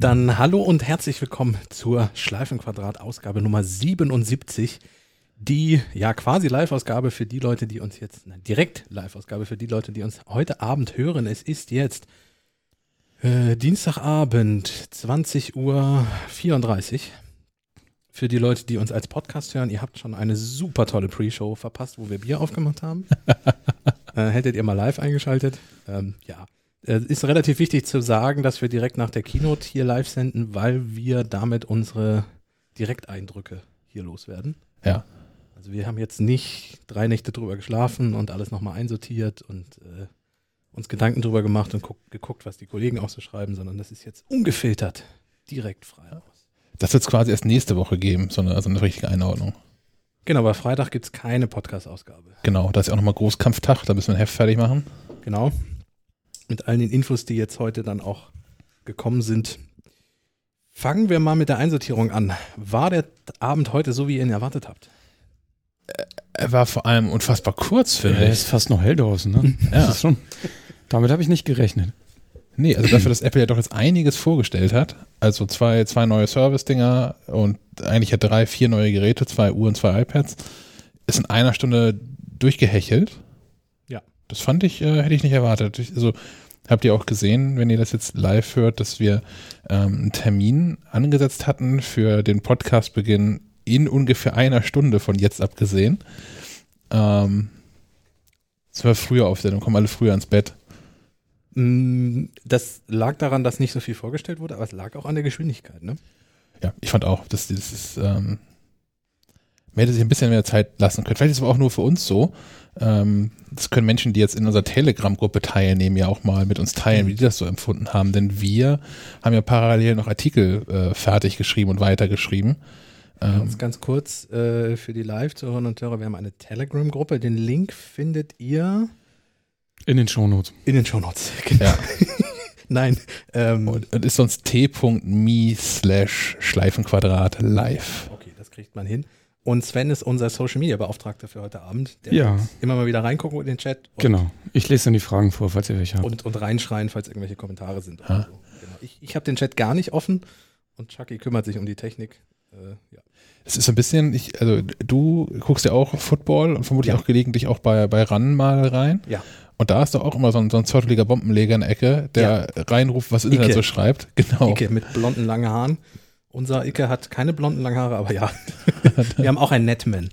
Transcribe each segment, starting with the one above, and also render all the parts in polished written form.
Dann hallo und herzlich willkommen zur Schleifenquadrat Ausgabe Nummer 77. Die quasi Live-Ausgabe für die Leute, die uns jetzt, direkt Live-Ausgabe für die Leute, die uns heute Abend hören. Es ist jetzt Dienstagabend, 20:34 Uhr. Für die Leute, die uns als Podcast hören, ihr habt schon eine super tolle Pre-Show verpasst, wo wir Bier aufgemacht haben. Hättet ihr mal live eingeschaltet. Ist relativ wichtig zu sagen, dass wir direkt nach der Keynote hier live senden, weil wir damit unsere Direkteindrücke hier loswerden. Ja. Also wir haben jetzt nicht 3 Nächte drüber geschlafen und alles nochmal einsortiert und uns Gedanken drüber gemacht und geguckt, was die Kollegen auch so schreiben, sondern das ist jetzt ungefiltert, direkt frei raus. Das wird es quasi erst nächste Woche geben, so eine richtige Einordnung. Genau, aber Freitag gibt es keine Podcast-Ausgabe. Genau, da ist ja auch nochmal Großkampftag, da müssen wir ein Heft fertig machen. Genau. Mit all den Infos, die jetzt heute dann auch gekommen sind. Fangen wir mal mit der Einsortierung an. War der Abend heute so, wie ihr ihn erwartet habt? Er war vor allem unfassbar kurz, finde ich. Er ist fast noch hell draußen, ne? Ja. Das ist schon, damit habe ich nicht gerechnet. Nee, also dafür, dass Apple ja doch jetzt einiges vorgestellt hat. Also zwei neue Service-Dinger und eigentlich ja 3, 4 neue Geräte, 2 Uhren, 2 iPads. Ist in einer Stunde durchgehechelt. Ja. Das fand ich, hätte ich nicht erwartet. Also habt ihr auch gesehen, wenn ihr das jetzt live hört, dass wir einen Termin angesetzt hatten für den Podcastbeginn in ungefähr einer Stunde von jetzt abgesehen. Es war früher Aufstellung, kommen alle früher ins Bett. Das lag daran, dass nicht so viel vorgestellt wurde, aber es lag auch an der Geschwindigkeit, ne? Ja, ich fand auch, das ist, man hätte sich ein bisschen mehr Zeit lassen können. Vielleicht ist es aber auch nur für uns so. Das können Menschen, die jetzt in unserer Telegram-Gruppe teilnehmen, ja auch mal mit uns teilen, wie die das so empfunden haben. Denn wir haben ja parallel noch Artikel fertig geschrieben und weitergeschrieben. Ganz kurz für die Live-Zuhörerinnen und Hörer, wir haben eine Telegram-Gruppe. Den Link findet ihr In den Shownotes. in den Shownotes. Genau. Ja. Nein. Und ist sonst t.me/Schleifenquadrat live. Okay, das kriegt man hin. Und Sven ist unser Social-Media-Beauftragter für heute Abend. Der Ja. wird immer mal wieder reingucken in den Chat. Und, Genau. Ich lese dann die Fragen vor, falls ihr welche habt. Und reinschreien, falls irgendwelche Kommentare sind. Ha. Oder so. Genau. Ich habe den Chat gar nicht offen und Chucky kümmert sich um die Technik. Ja. Es ist so ein bisschen, du guckst ja auch Football und vermutlich auch gelegentlich auch bei RAN mal rein. Ja. Und da ist doch auch immer so ein zotteliger Bombenleger in der Ecke, der reinruft, was Internet Icke. so schreibt. Genau. Icke mit blonden langen Haaren. Unser Icke hat keine blonden langen Haare, aber ja. Wir haben auch einen Netman.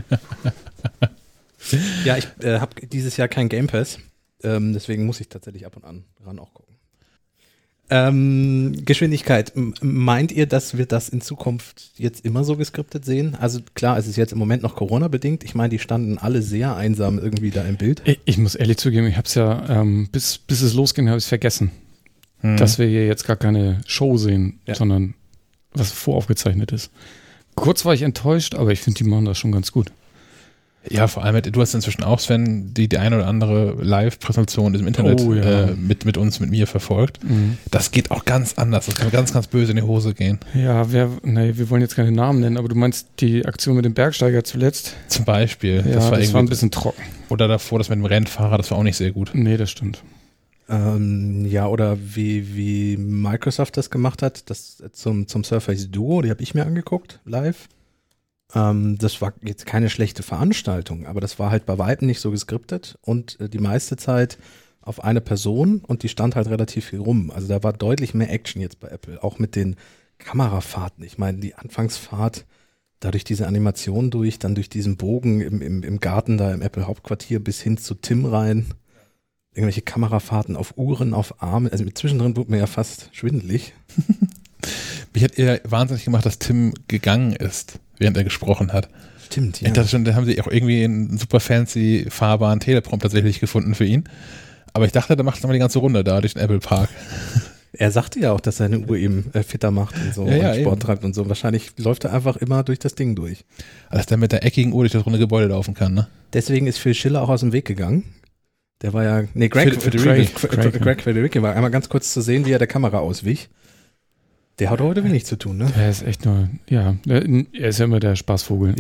Ja, ich habe dieses Jahr kein Game Pass. Deswegen muss ich tatsächlich ab und an ran auch gucken. Geschwindigkeit. Meint ihr, dass wir das in Zukunft jetzt immer so geskriptet sehen? Also klar, es ist jetzt im Moment noch Corona-bedingt. Ich meine, die standen alle sehr einsam irgendwie da im Bild. Ich muss ehrlich zugeben, ich habe es ja, bis es losging, habe ich es vergessen, dass wir hier jetzt gar keine Show sehen, sondern was voraufgezeichnet ist. Kurz war ich enttäuscht, aber ich finde, die machen das schon ganz gut. Ja, vor allem, du hast inzwischen auch, Sven, die eine oder andere Live-Präsentation im Internet mit uns, mit mir verfolgt. Mhm. Das geht auch ganz anders. Das kann ganz, ganz böse in die Hose gehen. Ja, wir wollen jetzt keine Namen nennen, aber du meinst die Aktion mit dem Bergsteiger zuletzt? Zum Beispiel. Ja, das war ein bisschen trocken. Oder davor, das mit dem Rennfahrer, das war auch nicht sehr gut. Nee, das stimmt. Oder wie Microsoft das gemacht hat, das zum Surface Duo, die habe ich mir angeguckt, live. Das war jetzt keine schlechte Veranstaltung, aber das war halt bei weitem nicht so geskriptet und die meiste Zeit auf eine Person und die stand halt relativ viel rum. Also da war deutlich mehr Action jetzt bei Apple, auch mit den Kamerafahrten. Ich meine, die Anfangsfahrt, dadurch diese Animation dann durch diesen Bogen im Garten da im Apple Hauptquartier bis hin zu Tim rein. Irgendwelche Kamerafahrten auf Uhren, auf Arme. Also zwischendrin wurde mir ja fast schwindelig. Mich hat eher wahnsinnig gemacht, dass Tim gegangen ist, während er gesprochen hat. Stimmt, ja. Ich dachte schon, da haben sie auch irgendwie einen super fancy fahrbaren Teleprompter tatsächlich gefunden für ihn. Aber ich dachte, da macht es nochmal die ganze Runde da durch den Apple Park. Er sagte ja auch, dass seine Uhr eben fitter macht und so und Sport eben treibt und so. Wahrscheinlich läuft er einfach immer durch das Ding durch. Dass der mit der eckigen Uhr durch das runde Gebäude laufen kann, ne? Deswegen ist Phil Schiller auch aus dem Weg gegangen. Der war ja, Greg Federighi war einmal ganz kurz zu sehen, wie er der Kamera auswich. Der hat heute wenig zu tun, ne? Er ist echt nur, er ist ja immer der Spaßvogel. Ja. Und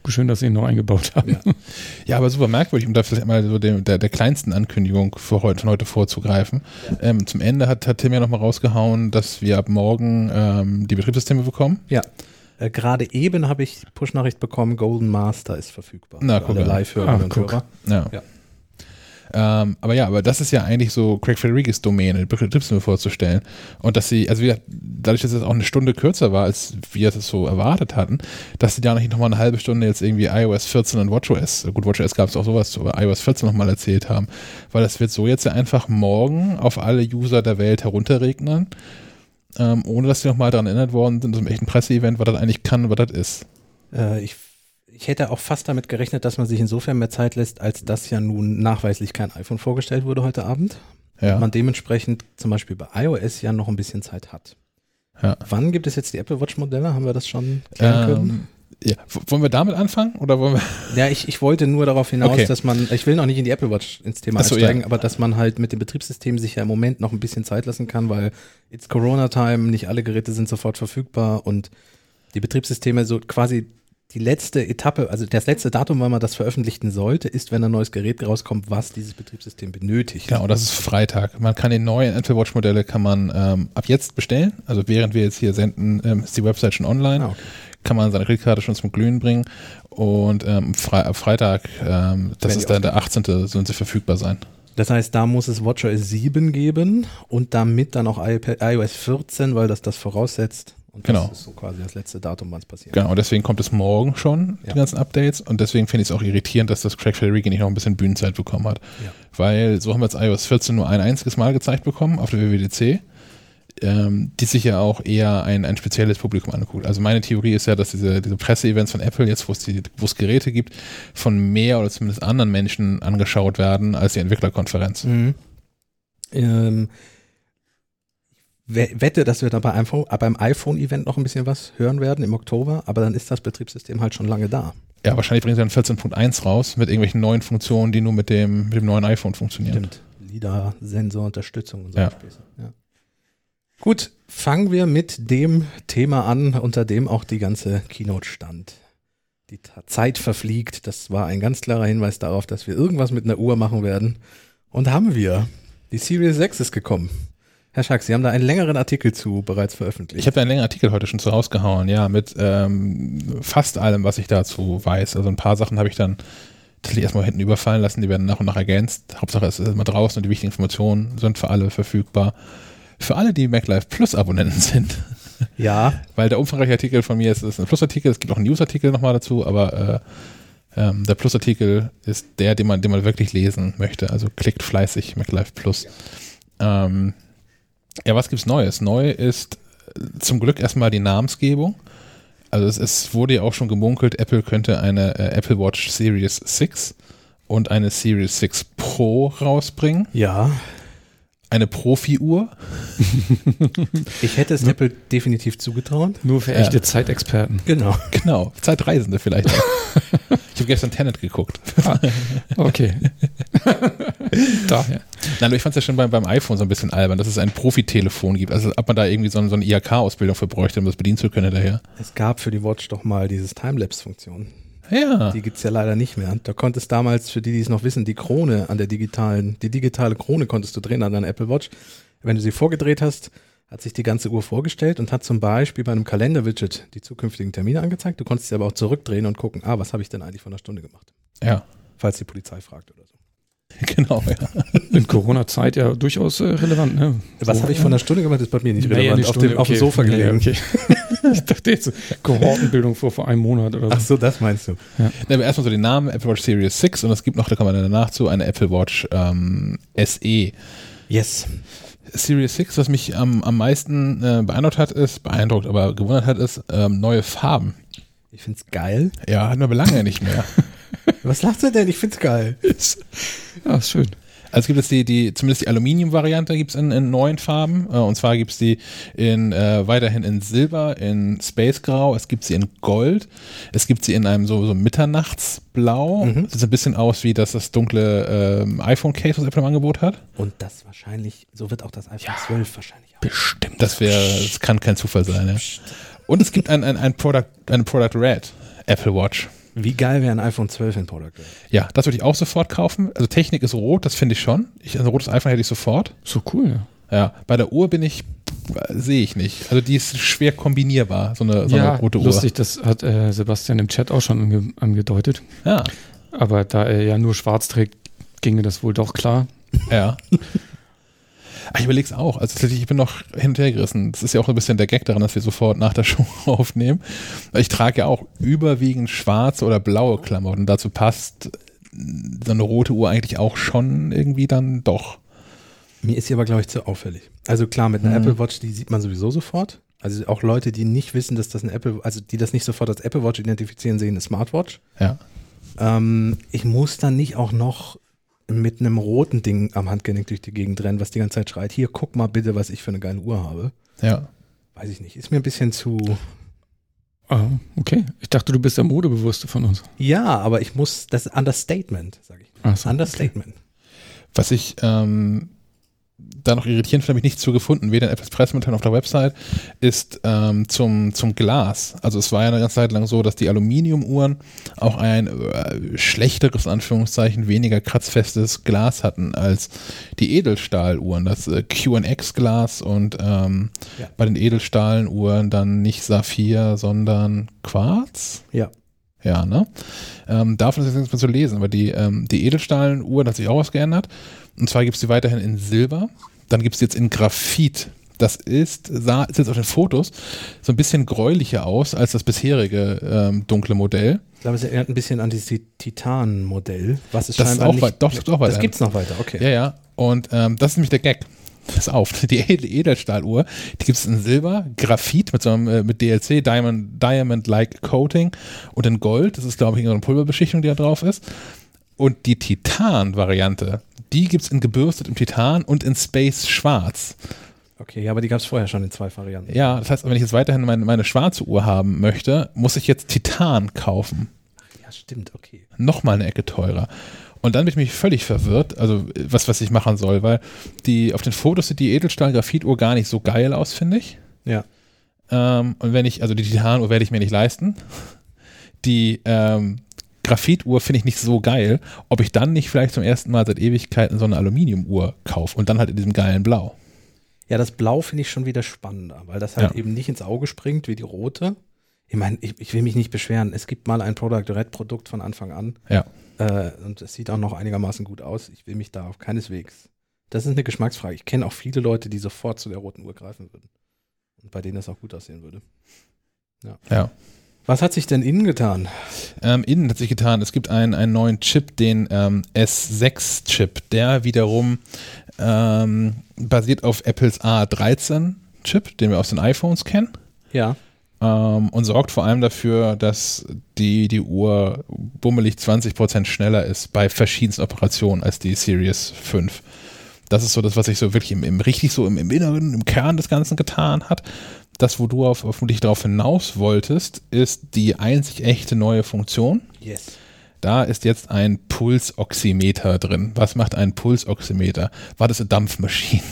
schön, dass sie ihn noch eingebaut haben. Ja, aber super merkwürdig, um da vielleicht mal so der kleinsten Ankündigung von heute vorzugreifen. Ja. Zum Ende hat Tim ja nochmal rausgehauen, dass wir ab morgen die Betriebssysteme bekommen. Ja. Gerade eben habe ich Push-Nachricht bekommen, Golden Master ist verfügbar. Na, guck. Alle Live-Hörerinnen und Hörer. Ja. Aber das ist ja eigentlich so Craig Federighi's Domäne, Betriebssysteme vorzustellen. Und dass sie, also dadurch, dass es auch eine Stunde kürzer war, als wir es so erwartet hatten, dass sie da nicht nochmal eine halbe Stunde jetzt irgendwie iOS 14 und WatchOS, gut, WatchOS gab es auch sowas, aber iOS 14 nochmal erzählt haben. Weil das wird so jetzt ja einfach morgen auf alle User der Welt herunterregnen, ohne dass sie nochmal daran erinnert worden sind, in so einem echten Presseevent, was das eigentlich kann und was das ist. Ich hätte auch fast damit gerechnet, dass man sich insofern mehr Zeit lässt, als dass ja nun nachweislich kein iPhone vorgestellt wurde heute Abend. Ja. Und man dementsprechend zum Beispiel bei iOS ja noch ein bisschen Zeit hat. Ja. Wann gibt es jetzt die Apple Watch Modelle? Haben wir das schon klären können? Ja. Wollen wir damit anfangen? Oder wollen wir? Ja, ich wollte nur darauf hinaus, dass man, ich will noch nicht in die Apple Watch ins Thema einsteigen, aber dass man halt mit dem Betriebssystem sich ja im Moment noch ein bisschen Zeit lassen kann, weil it's Corona-Time, nicht alle Geräte sind sofort verfügbar und die Betriebssysteme so quasi die letzte Etappe, also das letzte Datum, wann man das veröffentlichen sollte, ist, wenn ein neues Gerät rauskommt, was dieses Betriebssystem benötigt. Genau, das ist Freitag. Man kann die neuen Apple Watch Modelle kann man ab jetzt bestellen. Also während wir jetzt hier senden, ist die Website schon online. Okay. Kann man seine Kreditkarte schon zum Glühen bringen. Und ab Freitag, das ist dann der 18., sollen sie verfügbar sein. Das heißt, da muss es WatchOS 7 geben und damit dann auch iOS 14, weil das voraussetzt. Und das ist so quasi das letzte Datum, wann es passiert. Genau, deswegen kommt es morgen schon, die ganzen Updates. Und deswegen finde ich es auch irritierend, dass das Craig Federighi nicht noch ein bisschen Bühnenzeit bekommen hat. Ja. Weil so haben wir jetzt iOS 14 nur ein einziges Mal gezeigt bekommen auf der WWDC, die sich ja auch eher ein spezielles Publikum anguckt. Also meine Theorie ist ja, dass diese Presseevents von Apple, jetzt wo es Geräte gibt, von mehr oder zumindest anderen Menschen angeschaut werden als die Entwicklerkonferenz. Mhm. Wette, dass wir da beim iPhone-Event noch ein bisschen was hören werden im Oktober, aber dann ist das Betriebssystem halt schon lange da. Ja, wahrscheinlich bringen sie dann 14.1 raus mit irgendwelchen neuen Funktionen, die nur mit dem neuen iPhone funktionieren. Stimmt. LIDAR-Sensor-Unterstützung und so. Ja. Gut, fangen wir mit dem Thema an, unter dem auch die ganze Keynote stand. Die Zeit verfliegt, das war ein ganz klarer Hinweis darauf, dass wir irgendwas mit einer Uhr machen werden. Und haben wir. Die Series 6 ist gekommen. Herr Schack, Sie haben da einen längeren Artikel zu bereits veröffentlicht. Ich habe da einen längeren Artikel heute schon zu rausgehauen, ja, mit fast allem, was ich dazu weiß. Also ein paar Sachen habe ich dann tatsächlich erstmal hinten überfallen lassen, die werden nach und nach ergänzt. Hauptsache es ist immer draußen und die wichtigen Informationen sind für alle verfügbar. Für alle, die MacLife Plus Abonnenten sind. Ja. Weil der umfangreiche Artikel von mir ist ein Plus-Artikel, es gibt auch einen News-Artikel nochmal dazu, aber der Plus-Artikel ist der, den man wirklich lesen möchte. Also klickt fleißig MacLife Plus. Ja. Was gibt's Neues? Neu ist zum Glück erstmal die Namensgebung. Also es wurde ja auch schon gemunkelt, Apple könnte eine Apple Watch Series 6 und eine Series 6 Pro rausbringen. Ja. Eine Profi-Uhr. Ich hätte es Apple definitiv zugetraut. Nur für echte Zeitexperten. Genau. Zeitreisende vielleicht auch. Ich habe gestern Tenet geguckt. Okay. Daher. Nein, ich fand es ja schon beim iPhone so ein bisschen albern, dass es ein Profi-Telefon gibt. Also ob man da irgendwie so eine IHK-Ausbildung für bräuchte, um das bedienen zu können daher. Es gab für die Watch doch mal dieses Timelapse-Funktion. Ja. Die gibt's ja leider nicht mehr. Da konntest damals, für die es noch wissen, die Krone an die digitale Krone konntest du drehen an deiner Apple Watch. Wenn du sie vorgedreht hast, hat sich die ganze Uhr vorgestellt und hat zum Beispiel bei einem Kalender-Widget die zukünftigen Termine angezeigt. Du konntest sie aber auch zurückdrehen und gucken, was habe ich denn eigentlich vor einer Stunde gemacht? Ja. Falls die Polizei fragt oder so. Genau, ja. In Corona-Zeit ja durchaus relevant, ne? Was habe ich vor einer Stunde gemacht, ist bei mir nicht relevant. Auf dem Sofa gelegen. Okay. Ich dachte jetzt Kohortenbildung vor einem Monat oder so. Ach so, das meinst du. Ja. Aber erstmal so den Namen Apple Watch Series 6 und es gibt noch, da kommen wir danach zu, eine Apple Watch SE. Yes. Series 6, was mich am meisten beeindruckt, aber gewundert hat, ist neue Farben. Ich find's geil. Ja, hatten wir aber lange nicht mehr. Was lachst du denn? Ich find's geil. Ja, ist schön. Also gibt es zumindest die Aluminium-Variante gibt es in neuen Farben. Und zwar gibt es die weiterhin in Silber, in Spacegrau, es gibt sie in Gold, es gibt sie in einem so Mitternachtsblau. Das sieht ein bisschen aus wie das dunkle iPhone-Case, was Apple im Angebot hat. Und das wahrscheinlich, so wird auch das iPhone 12 wahrscheinlich auch. Bestimmt. Das kann kein Zufall sein. Ja. Und es gibt ein Product Red Apple Watch. Wie geil wäre ein iPhone 12 in Product Red? Ja, das würde ich auch sofort kaufen. Also Technik ist rot, das finde ich schon. Ein rotes iPhone hätte ich sofort. So cool, ja. Ja, bei der Uhr sehe ich nicht. Also die ist schwer kombinierbar, so eine rote Uhr. Lustig, das hat Sebastian im Chat auch schon angedeutet. Ja. Aber da er ja nur schwarz trägt, ginge das wohl doch klar. Ja. Ich überlege es auch. Also ich bin noch hin und her gerissen. Das ist ja auch ein bisschen der Gag daran, dass wir sofort nach der Show aufnehmen. Ich trage ja auch überwiegend schwarze oder blaue Klamotten. Dazu passt so eine rote Uhr eigentlich auch schon irgendwie dann doch. Mir ist sie aber, glaube ich, zu auffällig. Also klar, mit einer Apple Watch, die sieht man sowieso sofort. Also auch Leute, die nicht wissen, dass das die das nicht sofort als Apple Watch identifizieren, sehen eine Smartwatch. Ja. Ich muss dann nicht auch noch mit einem roten Ding am Handgelenk durch die Gegend rennen, was die ganze Zeit schreit, hier, guck mal bitte, was ich für eine geile Uhr habe. Ja. Weiß ich nicht, ist mir ein bisschen zu... Okay, ich dachte, du bist der Modebewusste von uns. Ja, aber das ist Understatement, sage ich. So, Understatement. Okay. Was ich da noch irritierend, habe ich nichts zu gefunden, weder in Apples Pressemitteilung auf der Website, ist zum Glas. Also es war ja eine ganze Zeit lang so, dass die Aluminiumuhren auch ein schlechteres, in Anführungszeichen, weniger kratzfestes Glas hatten als die Edelstahluhren. Das QNX-Glas und bei den Edelstahluhren dann nicht Saphir, sondern Quarz? Ja. Ja, ne? Davon ist jetzt nichts mehr zu lesen, aber die Edelstahluhr hat sich auch was geändert. Und zwar gibt es die weiterhin in Silber. Dann gibt es jetzt in Graphit. Das sah jetzt auf den Fotos so ein bisschen gräulicher aus als das bisherige dunkle Modell. Ich glaube, es erinnert ein bisschen an dieses Titan-Modell, was es das scheinbar ist auch nicht... Doch, das ist auch weiter. Das gibt es noch weiter, okay. Ja. Und das ist nämlich der Gag. Pass auf, die Edelstahluhr, die gibt es in Silber, Graphit mit so einem mit DLC, Diamond-like Coating und in Gold, das ist glaube ich eine Pulverbeschichtung, die da drauf ist. Und die Titan-Variante, die gibt es in gebürstet im Titan und in Space Schwarz. Okay, ja, aber die gab es vorher schon in 2 Varianten. Ja, das heißt, wenn ich jetzt weiterhin meine schwarze Uhr haben möchte, muss ich jetzt Titan kaufen. Ach ja, stimmt, okay. Nochmal eine Ecke teurer. Und dann bin ich mich völlig verwirrt, also was ich machen soll, weil auf den Fotos sieht die Edelstahl-Graphit-Uhr gar nicht so geil aus, finde ich. Ja. Und die Titan-Uhr werde ich mir nicht leisten. Die Graphit-Uhr finde ich nicht so geil, ob ich dann nicht vielleicht zum ersten Mal seit Ewigkeiten so eine Aluminium-Uhr kaufe und dann halt in diesem geilen Blau. Ja, das Blau finde ich schon wieder spannender, weil das halt eben nicht ins Auge springt wie die rote. Ich meine, ich will mich nicht beschweren. Es gibt mal ein Product Red Produkt von Anfang an. Ja. Und es sieht auch noch einigermaßen gut aus. Ich will mich da auf keineswegs. Das ist eine Geschmacksfrage. Ich kenne auch viele Leute, die sofort zu der roten Uhr greifen würden. Und bei denen das auch gut aussehen würde. Ja. Was hat sich denn innen getan? Innen hat sich getan, es gibt einen neuen Chip, den S6-Chip, der wiederum basiert auf Apples A13-Chip, den wir aus den iPhones kennen. Ja. Und sorgt vor allem dafür, dass die Uhr bummelig 20% schneller ist bei verschiedensten Operationen als die Series 5. Das ist so das, was sich so wirklich im Inneren, im Kern des Ganzen getan hat. Das, wo du vermutlich darauf hinaus wolltest, ist die einzig echte neue Funktion. Yes. Da ist jetzt ein Pulsoximeter drin. Was macht ein Pulsoximeter? War das eine Dampfmaschine?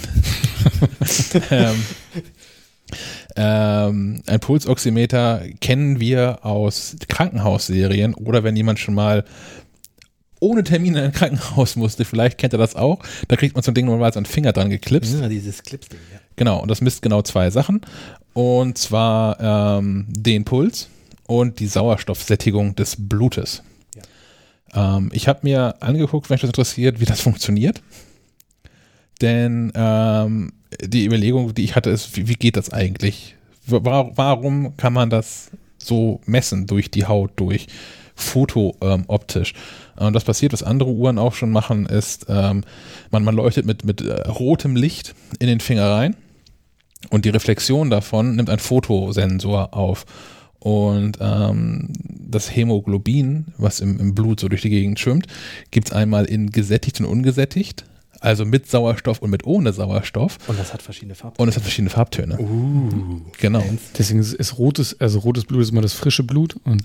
Ein Pulsoximeter kennen wir aus Krankenhausserien oder wenn jemand schon mal ohne Termin in ein Krankenhaus musste, vielleicht kennt er das auch, da kriegt man so ein Ding normalerweise an den Finger dran geklipst. Ja, dieses Clipsding, ja. Genau, und das misst genau 2 Sachen. Und zwar den Puls und die Sauerstoffsättigung des Blutes. Ja. Ich habe mir angeguckt, wenn mich das interessiert, wie das funktioniert. Denn die Überlegung, die ich hatte, ist, wie geht das eigentlich? Warum kann man das so messen durch die Haut, durch optisch? Und was passiert, was andere Uhren auch schon machen, ist, man leuchtet mit rotem Licht in den Finger rein und die Reflexion davon nimmt ein Fotosensor auf. Und das Hämoglobin, was im Blut so durch die Gegend schwimmt, gibt es einmal in gesättigt und ungesättigt. Also mit Sauerstoff und mit ohne Sauerstoff. Und das hat verschiedene Farbtöne. Genau. Deswegen ist rotes Blut ist immer das frische Blut und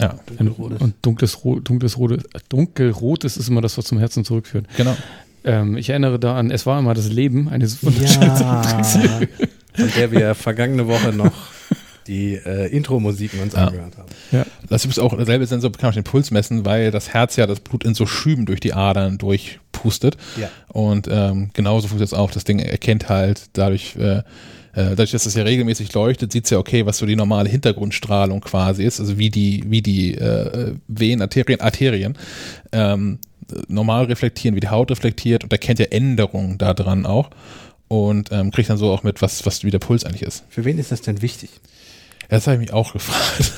dunkelrotes ist immer das, was zum Herzen zurückführt. Genau. Ich erinnere da an, es war immer das Leben eines wunderschönen von der wir vergangene Woche noch die Intro-Musiken uns angehört haben. Ja. Das ist auch derselbe Sensor, kann man den Puls messen, weil das Herz ja das Blut in so Schüben durch die Adern durchpustet. Ja. Und genauso funktioniert es auch. Das Ding erkennt halt dadurch, dass es ja regelmäßig leuchtet, sieht es ja okay, was so die normale Hintergrundstrahlung quasi ist, also wie die Venen, Arterien normal reflektieren, wie die Haut reflektiert und erkennt ja Änderungen da dran auch und kriegt dann so auch mit, was wie der Puls eigentlich ist. Für wen ist das denn wichtig? Das habe ich mich auch gefragt.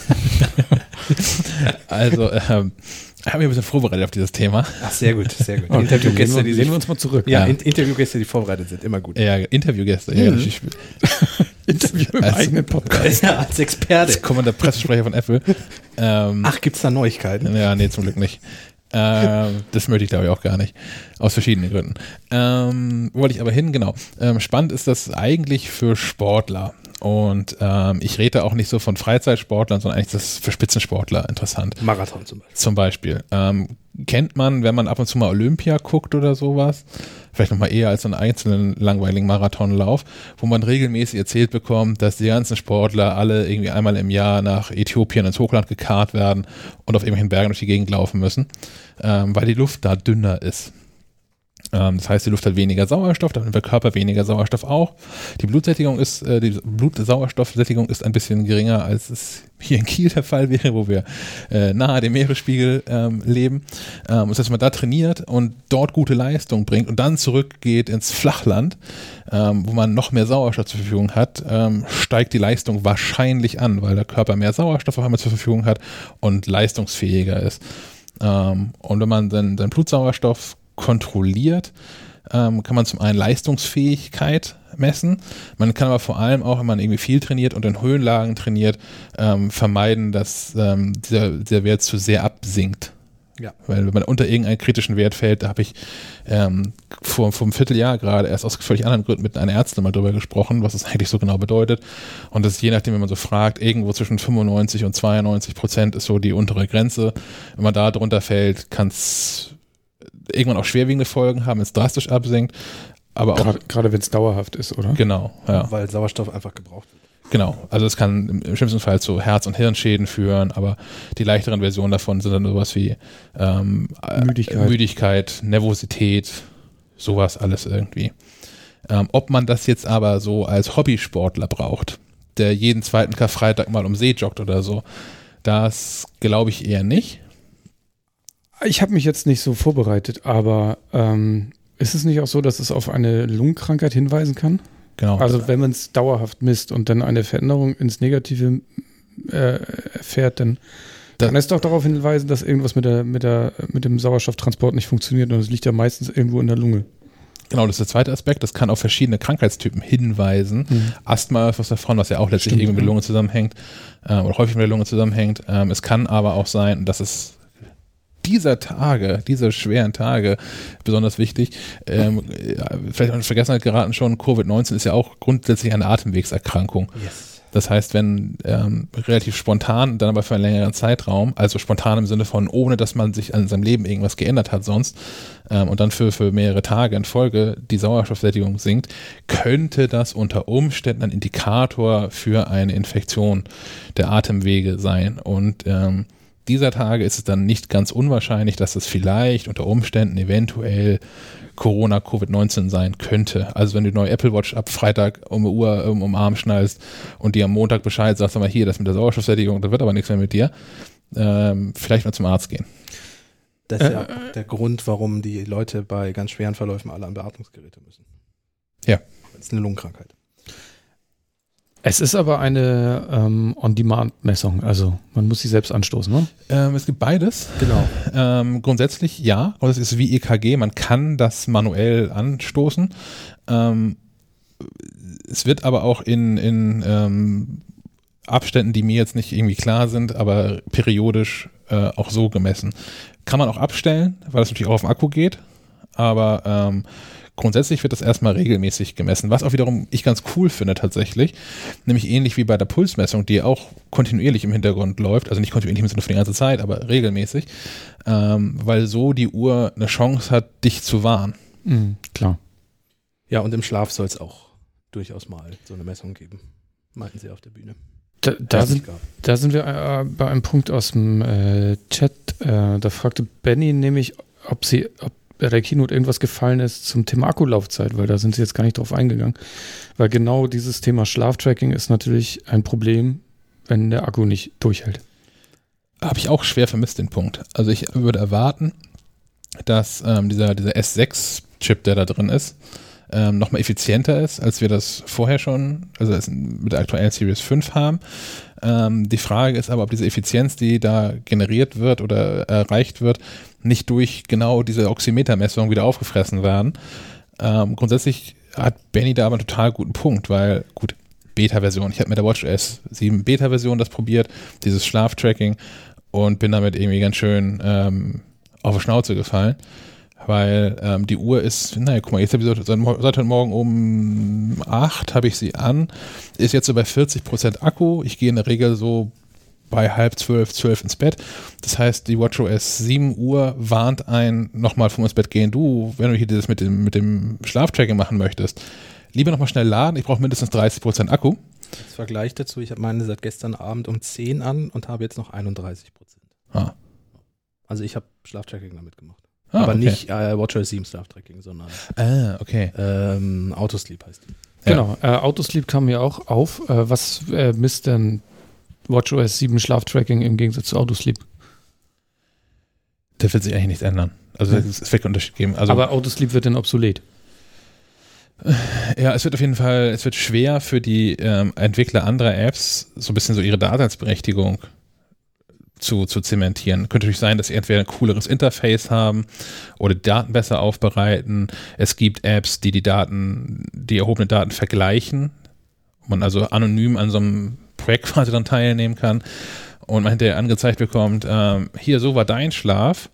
Also, ich habe mich ein bisschen vorbereitet auf dieses Thema. Ach, sehr gut, sehr gut. Okay, Interviewgäste, lehnen wir uns mal zurück. Ja, Interviewgäste, die vorbereitet sind, immer gut. Ja, Interviewgäste. Ja, natürlich. Interview im eigenen Podcast. Ja, als Experte. Jetzt kommt der Pressesprecher von Apple. Ach, gibt's da Neuigkeiten? Ja, nee, zum Glück nicht. Das möchte ich, glaube ich, auch gar nicht. Aus verschiedenen Gründen. Wollte ich aber hin, genau. Spannend ist das eigentlich für Sportler. Und ich rede auch nicht so von Freizeitsportlern, sondern eigentlich ist das für Spitzensportler interessant. Marathon zum Beispiel. Zum Beispiel. Kennt man, wenn man ab und zu mal Olympia guckt oder sowas, vielleicht nochmal eher als einen einzelnen langweiligen Marathonlauf, wo man regelmäßig erzählt bekommt, dass die ganzen Sportler alle irgendwie einmal im Jahr nach Äthiopien ins Hochland gekarrt werden und auf irgendwelchen Bergen durch die Gegend laufen müssen, weil die Luft da dünner ist. Das heißt, die Luft hat weniger Sauerstoff, dann hat der Körper weniger Sauerstoff auch. Die Blutsauerstoffsättigung ist ein bisschen geringer, als es hier in Kiel der Fall wäre, wo wir nahe dem Meeresspiegel leben. Das heißt, man da trainiert und dort gute Leistung bringt und dann zurückgeht ins Flachland, wo man noch mehr Sauerstoff zur Verfügung hat, steigt die Leistung wahrscheinlich an, weil der Körper mehr Sauerstoff auf einmal zur Verfügung hat und leistungsfähiger ist. Und wenn man dann seinen Blutsauerstoff kontrolliert, kann man zum einen Leistungsfähigkeit messen. Man kann aber vor allem auch, wenn man irgendwie viel trainiert und in Höhenlagen trainiert, vermeiden, dass dieser Wert zu sehr absinkt. Ja. Weil wenn man unter irgendeinen kritischen Wert fällt, da habe ich vor einem Vierteljahr gerade erst aus völlig anderen Gründen mit einer Ärztin mal drüber gesprochen, was das eigentlich so genau bedeutet. Und das ist je nachdem, wenn man so fragt, irgendwo zwischen 95% und 92% ist so die untere Grenze. Wenn man da drunter fällt, kann es irgendwann auch schwerwiegende Folgen haben, wenn es drastisch absinkt. Aber gerade wenn es dauerhaft ist, oder? Genau, ja. Weil Sauerstoff einfach gebraucht wird. Genau, also es kann im schlimmsten Fall zu Herz- und Hirnschäden führen, aber die leichteren Versionen davon sind dann sowas wie Müdigkeit, Nervosität, sowas alles irgendwie. Ob man das jetzt aber so als Hobbysportler braucht, der jeden zweiten Karfreitag mal um See joggt oder so, das glaube ich eher nicht. Ich habe mich jetzt nicht so vorbereitet, aber ist es nicht auch so, dass es auf eine Lungenkrankheit hinweisen kann? Genau. Also wenn man es dauerhaft misst und dann eine Veränderung ins Negative erfährt, dann kann es doch darauf hinweisen, dass irgendwas mit dem Sauerstofftransport nicht funktioniert und es liegt ja meistens irgendwo in der Lunge. Genau, das ist der zweite Aspekt. Das kann auf verschiedene Krankheitstypen hinweisen. Asthma ist was davon, was ja auch letztlich irgendwie mit der Lunge zusammenhängt oder häufig mit der Lunge zusammenhängt. Es kann aber auch sein, dass es diese schweren Tage, besonders wichtig, vielleicht in Vergessenheit geraten schon, Covid-19 ist ja auch grundsätzlich eine Atemwegserkrankung. Yes. Das heißt, wenn relativ spontan, dann aber für einen längeren Zeitraum, also spontan im Sinne von, ohne dass man sich an seinem Leben irgendwas geändert hat sonst, und dann für mehrere Tage in Folge die Sauerstoffsättigung sinkt, könnte das unter Umständen ein Indikator für eine Infektion der Atemwege sein. Und dieser Tage ist es dann nicht ganz unwahrscheinlich, dass es vielleicht unter Umständen eventuell Corona, Covid-19 sein könnte. Also wenn du die neue Apple Watch ab Freitag um die Uhr um den Arm schnallst und dir am Montag Bescheid sagst, sag mal hier, das mit der Sauerstoffsättigung, da wird aber nichts mehr mit dir, vielleicht mal zum Arzt gehen. Das ist ja auch der Grund, warum die Leute bei ganz schweren Verläufen alle an Beatmungsgeräte müssen. Ja. Das ist eine Lungenkrankheit. Es ist aber eine On-Demand-Messung, also man muss sie selbst anstoßen, ne? Es gibt beides. Genau. Grundsätzlich ja, und es ist wie EKG, man kann das manuell anstoßen. Es wird aber auch in Abständen, die mir jetzt nicht irgendwie klar sind, aber periodisch auch so gemessen. Kann man auch abstellen, weil es natürlich auch auf den Akku geht, aber grundsätzlich wird das erstmal regelmäßig gemessen, was auch wiederum ich ganz cool finde tatsächlich, nämlich ähnlich wie bei der Pulsmessung, die auch kontinuierlich im Hintergrund läuft, also nicht kontinuierlich im Sinne von die ganze Zeit, aber regelmäßig, weil so die Uhr eine Chance hat, dich zu warnen. Klar. Ja, und im Schlaf soll es auch durchaus mal so eine Messung geben, meinten sie auf der Bühne. Da sind wir bei einem Punkt aus dem Chat. Da fragte Benny nämlich, ob bei der Keynote irgendwas gefallen ist zum Thema Akkulaufzeit, weil da sind sie jetzt gar nicht drauf eingegangen. Weil genau dieses Thema Schlaftracking ist natürlich ein Problem, wenn der Akku nicht durchhält. Habe ich auch schwer vermisst, den Punkt. Also ich würde erwarten, dass dieser S6-Chip, der da drin ist, nochmal effizienter ist, als wir das vorher schon, also mit der aktuellen Series 5 haben. Die Frage ist aber, ob diese Effizienz, die da generiert wird oder erreicht wird, nicht durch genau diese Oximetermessung wieder aufgefressen werden. Grundsätzlich hat Benny da aber einen total guten Punkt, weil, gut, Beta-Version, ich habe mit der WatchOS 7 Beta-Version das probiert, dieses Schlaftracking, und bin damit irgendwie ganz schön auf die Schnauze gefallen. Weil die Uhr ist, naja, guck mal, jetzt habe ich seit heute Morgen um 8 habe ich sie an, ist jetzt so bei 40% Akku. Ich gehe in der Regel so bei 11:30, 12 ins Bett. Das heißt, die WatchOS 7 Uhr warnt einen, nochmal vom ins Bett gehen. Du, wenn du hier das mit dem Schlaftracking machen möchtest, lieber nochmal schnell laden. Ich brauche mindestens 30% Akku. Als Vergleich dazu, ich habe meine seit gestern Abend um 10 an und habe jetzt noch 31%. Ah. Also ich habe Schlaftracking damit gemacht. Aber okay. Nicht WatchOS 7 Schlaftracking, sondern okay. Autosleep heißt die. Genau, Autosleep kam mir auch auf. Was misst denn WatchOS 7 Schlaftracking im Gegensatz zu Autosleep? Da wird sich eigentlich nichts ändern. Also es wird keinen Unterschied geben. Also, aber Autosleep wird dann obsolet. Ja, es wird auf jeden Fall, es wird schwer für die Entwickler anderer Apps, so ein bisschen so ihre Daseinsberechtigung zu zementieren. Könnte natürlich sein, dass sie entweder ein cooleres Interface haben oder die Daten besser aufbereiten. Es gibt Apps, die erhobenen Daten vergleichen, wo man also anonym an so einem Projekt quasi dann teilnehmen kann und man hinterher angezeigt bekommt, hier, so war dein Schlaf.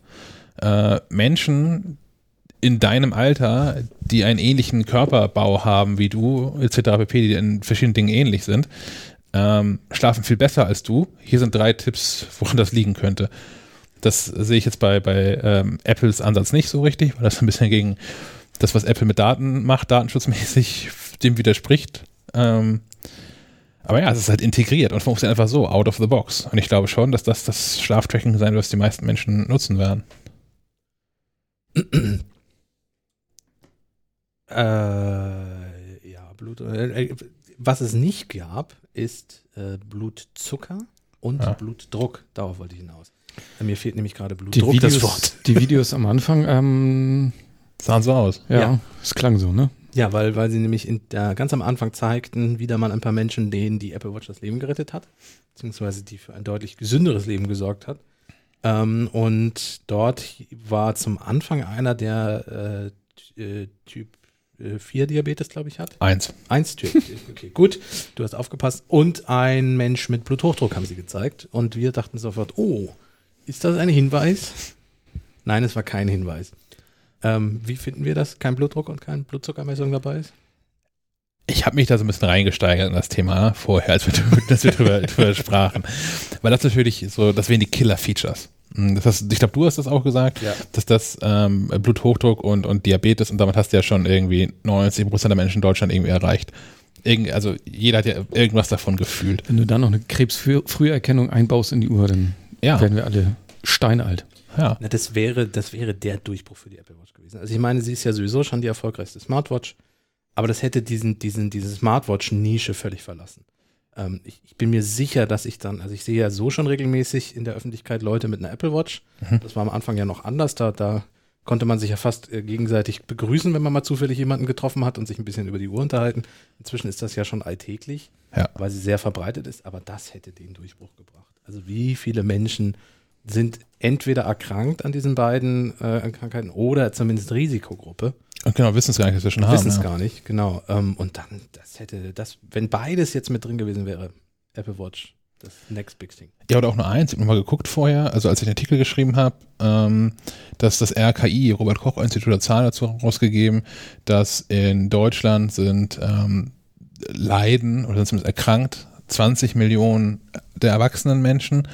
Menschen in deinem Alter, die einen ähnlichen Körperbau haben wie du, etc. pp., die in verschiedenen Dingen ähnlich sind, schlafen viel besser als du. Hier sind 3 Tipps, woran das liegen könnte. Das sehe ich jetzt bei Apples Ansatz nicht so richtig, weil das ein bisschen gegen das, was Apple mit Daten macht, datenschutzmäßig, dem widerspricht. Aber ja, es ist halt integriert und funktioniert einfach so, out of the box. Und ich glaube schon, dass das Schlaftracking sein wird, was die meisten Menschen nutzen werden. Was es nicht gab, ist Blutzucker und Blutdruck. Darauf wollte ich hinaus. Mir fehlt nämlich gerade Blutdruck, das Wort. Die Videos am Anfang sahen so aus. Ja, es klang so, ne? Ja, weil sie nämlich ganz am Anfang zeigten, wieder mal ein paar Menschen, denen die Apple Watch das Leben gerettet hat, beziehungsweise die für ein deutlich gesünderes Leben gesorgt hat. Und dort war zum Anfang einer, der Typ 4 Diabetes, glaube ich, hat. 1 Typ. Okay, gut. Du hast aufgepasst. Und ein Mensch mit Bluthochdruck haben sie gezeigt. Und wir dachten sofort, oh, ist das ein Hinweis? Nein, es war kein Hinweis. Wie finden wir das? Kein Blutdruck und keine Blutzuckermessung dabei ist? Ich habe mich da so ein bisschen reingesteigert in das Thema vorher, als wir drüber sprachen. Weil das natürlich so, das wären die Killer-Features. Ich glaube, du hast das auch gesagt, dass das Bluthochdruck und Diabetes, und damit hast du ja schon irgendwie 90% der Menschen in Deutschland irgendwie erreicht. Also jeder hat ja irgendwas davon gefühlt. Wenn du dann noch eine Krebsfrüherkennung einbaust in die Uhr, dann werden wir alle steinalt. Ja. Na, das wäre der Durchbruch für die Apple Watch gewesen. Also ich meine, sie ist ja sowieso schon die erfolgreichste Smartwatch, aber das hätte diese Smartwatch-Nische völlig verlassen. Ich bin mir sicher, dass ich sehe ja so schon regelmäßig in der Öffentlichkeit Leute mit einer Apple Watch. Das war am Anfang ja noch anders, da konnte man sich ja fast gegenseitig begrüßen, wenn man mal zufällig jemanden getroffen hat und sich ein bisschen über die Uhr unterhalten. Inzwischen ist das ja schon alltäglich, weil sie sehr verbreitet ist, aber das hätte den Durchbruch gebracht. Also wie viele Menschen sind entweder erkrankt an diesen beiden Krankheiten oder zumindest Risikogruppe. Und genau, wissen es gar nicht, dass wir schon haben. Wissen es gar nicht, genau. Und dann, wenn beides jetzt mit drin gewesen wäre, Apple Watch, das Next Big Thing. Ja, oder auch nur eins. Ich habe nochmal geguckt vorher, also als ich den Artikel geschrieben habe, dass das RKI, Robert-Koch-Institut, hat Zahlen dazu rausgegeben, dass in Deutschland sind leiden oder sind zumindest erkrankt 20 Millionen der erwachsenen Menschen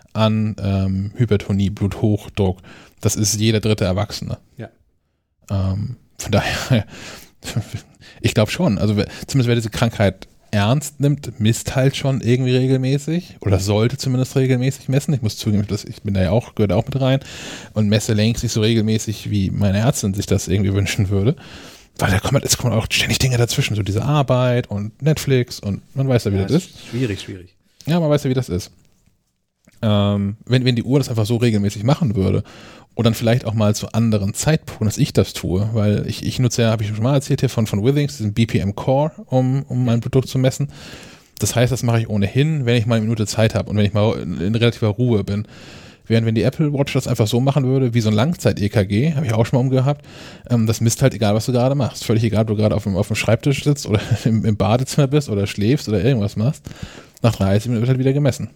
an Hypertonie, Bluthochdruck. Das ist jeder 3. Erwachsene. Ja. Von daher, ich glaube schon, also zumindest wer diese Krankheit ernst nimmt, misst halt schon irgendwie regelmäßig oder sollte zumindest regelmäßig messen. Ich muss zugeben, ich bin da ja auch, gehört auch mit rein und messe längst nicht so regelmäßig, wie meine Ärztin sich das irgendwie wünschen würde. Weil es kommen auch ständig Dinge dazwischen, so diese Arbeit und Netflix und man weiß ja, wie das ist. Schwierig. Ja, man weiß ja, wie das ist. Wenn die Uhr das einfach so regelmäßig machen würde und dann vielleicht auch mal zu anderen Zeitpunkten, dass ich das tue, weil ich nutze ja, habe ich schon mal erzählt hier von Withings, diesen BPM Core, um mein Produkt zu messen. Das heißt, das mache ich ohnehin, wenn ich mal eine Minute Zeit habe und wenn ich mal in relativer Ruhe bin. Während wenn die Apple Watch das einfach so machen würde, wie so ein Langzeit-EKG, habe ich auch schon mal umgehabt, das misst halt egal, was du gerade machst. Völlig egal, ob du gerade auf dem Schreibtisch sitzt oder im Badezimmer bist oder schläfst oder irgendwas machst. Nach 30 Minuten wird halt wieder gemessen.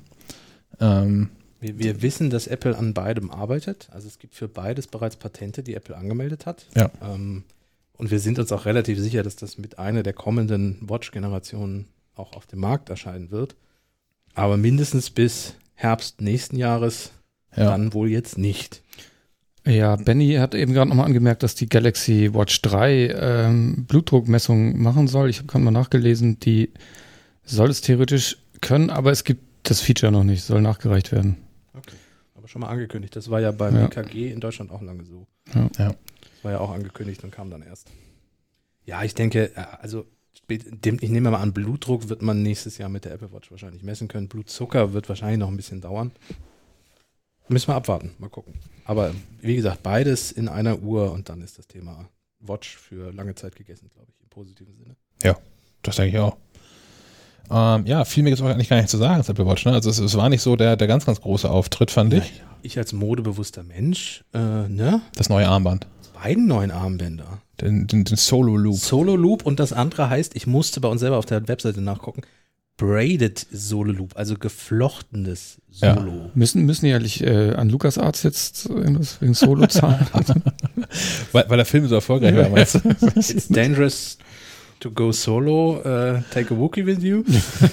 Wir wissen, dass Apple an beidem arbeitet. Also es gibt für beides bereits Patente, die Apple angemeldet hat. Ja. Und wir sind uns auch relativ sicher, dass das mit einer der kommenden Watch-Generationen auch auf dem Markt erscheinen wird. Aber mindestens bis Herbst nächsten Jahres dann wohl jetzt nicht. Ja, Benny hat eben gerade nochmal angemerkt, dass die Galaxy Watch 3 Blutdruckmessungen machen soll. Ich habe gerade mal nachgelesen, die soll es theoretisch können, aber es gibt das Feature noch nicht, soll nachgereicht werden. Okay, aber schon mal angekündigt. Das war ja beim EKG in Deutschland auch lange so. Ja. Das war ja auch angekündigt und kam dann erst. Ja, ich denke, also ich nehme mal an, Blutdruck wird man nächstes Jahr mit der Apple Watch wahrscheinlich messen können. Blutzucker wird wahrscheinlich noch ein bisschen dauern. Müssen wir abwarten, mal gucken. Aber wie gesagt, beides in einer Uhr und dann ist das Thema Watch für lange Zeit gegessen, glaube ich, im positiven Sinne. Ja, das denke ich auch. Viel mehr ist auch eigentlich gar nicht zu sagen als Apple Watch. Ne? Also es war nicht so der ganz, ganz große Auftritt, fand ich. Ja, ich als modebewusster Mensch, ne? Das neue Armband. Beiden neuen Armbänder. Den Solo Loop. Solo Loop und das andere heißt, ich musste bei uns selber auf der Webseite nachgucken, Braided Solo Loop, also geflochtenes Solo. Ja. Müssen die eigentlich an LucasArts jetzt irgendwas wegen Solo zahlen? weil der Film so erfolgreich war, meinst du? It's dangerous to go solo, take a Wookiee with you.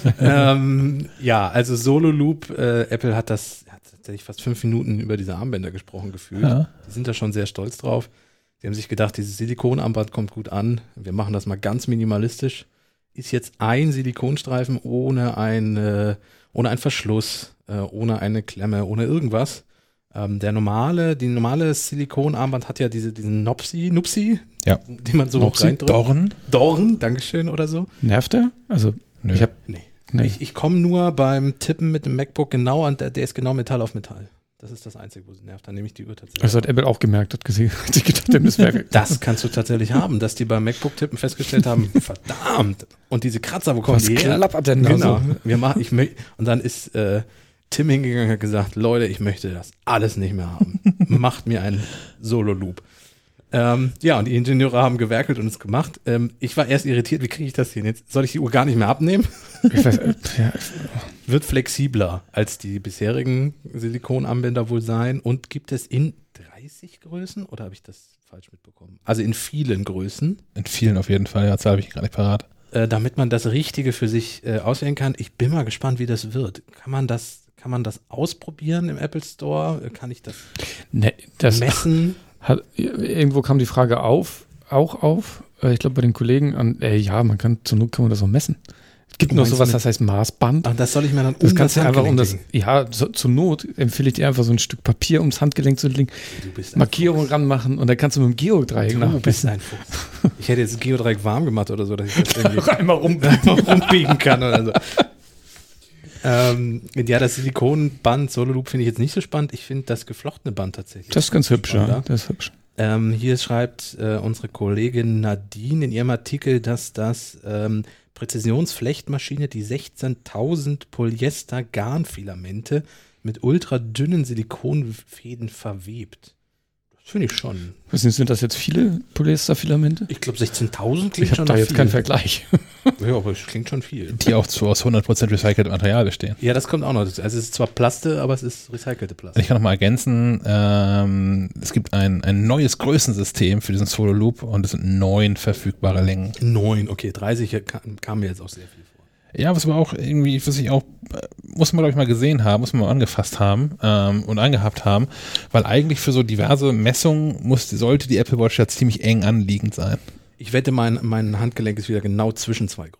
Also Solo Loop, Apple hat tatsächlich fast 5 Minuten über diese Armbänder gesprochen gefühlt. Ja. Die sind da schon sehr stolz drauf. Die haben sich gedacht, dieses Silikonarmband kommt gut an. Wir machen das mal ganz minimalistisch. Ist jetzt ein Silikonstreifen ohne einen Verschluss, ohne eine Klemme, ohne irgendwas. Die normale Silikonarmband hat ja diesen Nupsi, den man so reindrückt. Dorn, Dankeschön oder so. Nervt der? Also, nö. Ich komme nur beim Tippen mit dem MacBook genau an, der ist genau Metall auf Metall. Das ist das Einzige, wo sie nervt. Dann nehme ich die Uhr tatsächlich. Das hat Apple auch gemerkt, hat sich gedacht, das kannst du tatsächlich haben, dass die beim MacBook-Tippen festgestellt haben, verdammt. Und diese Kratzer, wo kommen die her? Klappert denn genau. Und dann ist Tim hingegangen und hat gesagt, Leute, ich möchte das alles nicht mehr haben. Macht mir einen Solo-Loop. Und die Ingenieure haben gewerkelt und es gemacht. Ich war erst irritiert, wie kriege ich das hin? Jetzt soll ich die Uhr gar nicht mehr abnehmen? Ich weiß, Wird flexibler als die bisherigen Silikonarmbänder wohl sein. Und gibt es in 30 Größen oder habe ich das falsch mitbekommen? Also in vielen Größen. In vielen auf jeden Fall, ja, Zahl habe ich gar nicht parat. Damit man das Richtige für sich auswählen kann. Ich bin mal gespannt, wie das wird. Kann man das ausprobieren im Apple Store? Kann ich das messen? Irgendwo kam die Frage auf, ich glaube bei den Kollegen, zur Not kann man das auch messen. Es gibt noch sowas, das heißt Maßband. Ach, das soll ich mir dann das kannst du einfach zur Not empfehle ich dir einfach so ein Stück Papier ums Handgelenk zu legen, Markierung ranmachen und dann kannst du mit dem Geodreieck Du bist ein Fuchs. Ich hätte jetzt das Geodreieck warm gemacht oder so, dass ich das irgendwie einmal rumbiegen kann oder so. Das Silikonband Solo Loop finde ich jetzt nicht so spannend. Ich finde das geflochtene Band tatsächlich. Das ist ganz hübsch, ja. Das ist hübsch. Hier schreibt unsere Kollegin Nadine in ihrem Artikel, dass das Präzisionsflechtmaschine die 16.000 Polyester-Garnfilamente mit ultradünnen Silikonfäden verwebt. Das finde ich schon. Sind das jetzt viele Polyesterfilamente? Ich glaube 16.000 klingt schon. Ich habe da jetzt keinen Vergleich. Ja, aber es klingt schon viel. Die auch aus 100% recyceltem Material bestehen. Ja, das kommt auch noch. Also es ist zwar Plaste, aber es ist recycelte Plaste. Ich kann noch mal ergänzen, es gibt ein neues Größensystem für diesen Solo Loop und es sind 9 verfügbare Längen. 9, okay, 30 kam mir jetzt auch sehr viel vor. Ja, muss man glaube ich mal gesehen haben, muss man mal angefasst haben und angehabt haben, weil eigentlich für so diverse Messungen sollte die Apple Watch ja ziemlich eng anliegend sein. Ich wette, mein Handgelenk ist wieder genau zwischen 2 Größen.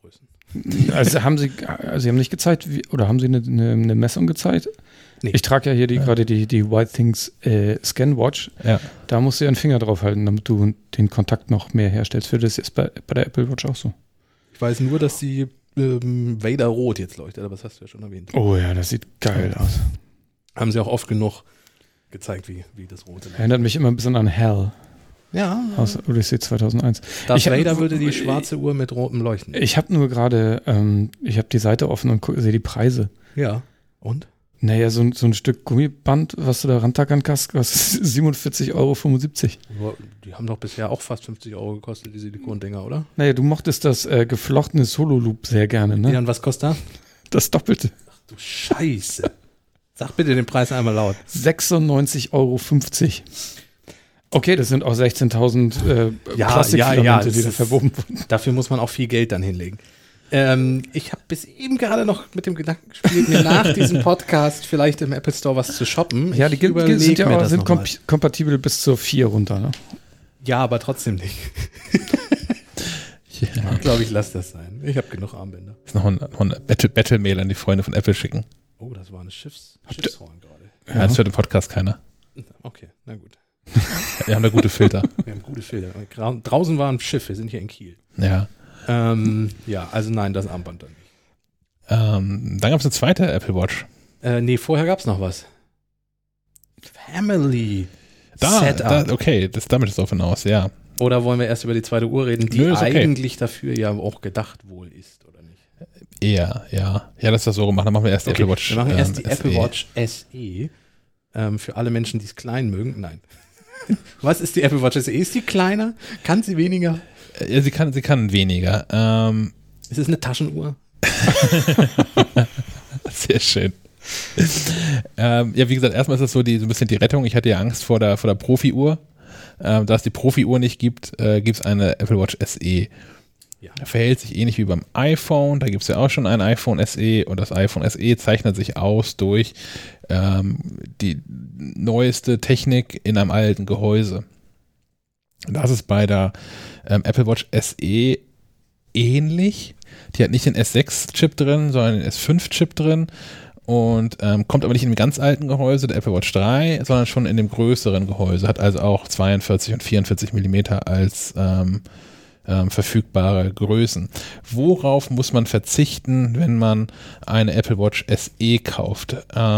Also Sie haben nicht gezeigt, oder haben Sie eine Messung gezeigt? Nee. Ich trage ja hier gerade die White Things Scanwatch. Ja. Da musst du ja einen Finger drauf halten, damit du den Kontakt noch mehr herstellst. Für das ist bei der Apple Watch auch so. Ich weiß nur, dass die Vader Rot jetzt leuchtet, aber das hast du ja schon erwähnt. Oh ja, das sieht geil aus. Haben sie auch oft genug gezeigt, wie das Rote leuchtet. Erinnert mich immer ein bisschen an Hell Ja, aus Odyssey 2001. Darth Vader würde die schwarze Uhr mit rotem leuchten. Ich habe nur gerade, ich habe die Seite offen und sehe die Preise. Ja. Und? Naja, so ein Stück Gummiband, was du da rantackern kannst, kostet 47,75 €. Die haben doch bisher auch fast 50 € gekostet, die Silikondinger, oder? Naja, du mochtest das geflochtene Solo-Loop sehr gerne, ne? Ja, und was kostet das? Das Doppelte. Ach du Scheiße. Sag bitte den Preis einmal laut. 96,50 €. Okay, das sind auch 16.000 Plastikfilamente, die da verwoben wurden. Dafür muss man auch viel Geld dann hinlegen. Ich habe bis eben gerade noch mit dem Gedanken gespielt, mir nach diesem Podcast vielleicht im Apple Store was zu shoppen. Ja, die sind ja auch kompatibel bis zur 4 runter, ne? Ja, aber trotzdem nicht. Ich glaube, ich lasse das sein. Ich habe genug Armbänder. Jetzt noch ein Battle-Mail an die Freunde von Apple schicken. Oh, das war eine Schiffshorn gerade. Ja, das hört im Podcast keiner. Okay, na gut. Wir haben da gute Filter. Wir haben gute Filter. Draußen war ein Schiff, wir sind hier in Kiel. Ja. Ja, also nein, das Armband dann nicht. Dann gab es eine zweite Apple Watch. Nee, vorher gab es noch was. Family Setup. Okay, damit ist offen aus, ja. Oder wollen wir erst über die zweite Uhr reden, die eigentlich dafür ja auch gedacht wohl ist, oder nicht? Eher, ja. Ja, das ist das so gemacht. Dann machen wir erst die Apple Watch. Wir machen erst die Apple Watch SE. Für alle Menschen, die es klein mögen. Nein. Was ist die Apple Watch SE? Ist sie kleiner? Kann sie weniger? Ja, sie kann weniger. Ist es eine Taschenuhr? Sehr schön. Ja, wie gesagt, erstmal ist das so ein bisschen die Rettung. Ich hatte ja Angst vor der Profi-Uhr. Da es die Profi-Uhr nicht gibt, gibt es eine Apple Watch SE. Ja. Verhält sich ähnlich wie beim iPhone. Da gibt es ja auch schon ein iPhone SE und das iPhone SE zeichnet sich aus durch die neueste Technik in einem alten Gehäuse. Das ist bei der Apple Watch SE ähnlich. Die hat nicht den S6-Chip drin, sondern den S5-Chip drin und kommt aber nicht in dem ganz alten Gehäuse der Apple Watch 3, sondern schon in dem größeren Gehäuse. Hat also auch 42 und 44 Millimeter als verfügbare Größen. Worauf muss man verzichten, wenn man eine Apple Watch SE kauft?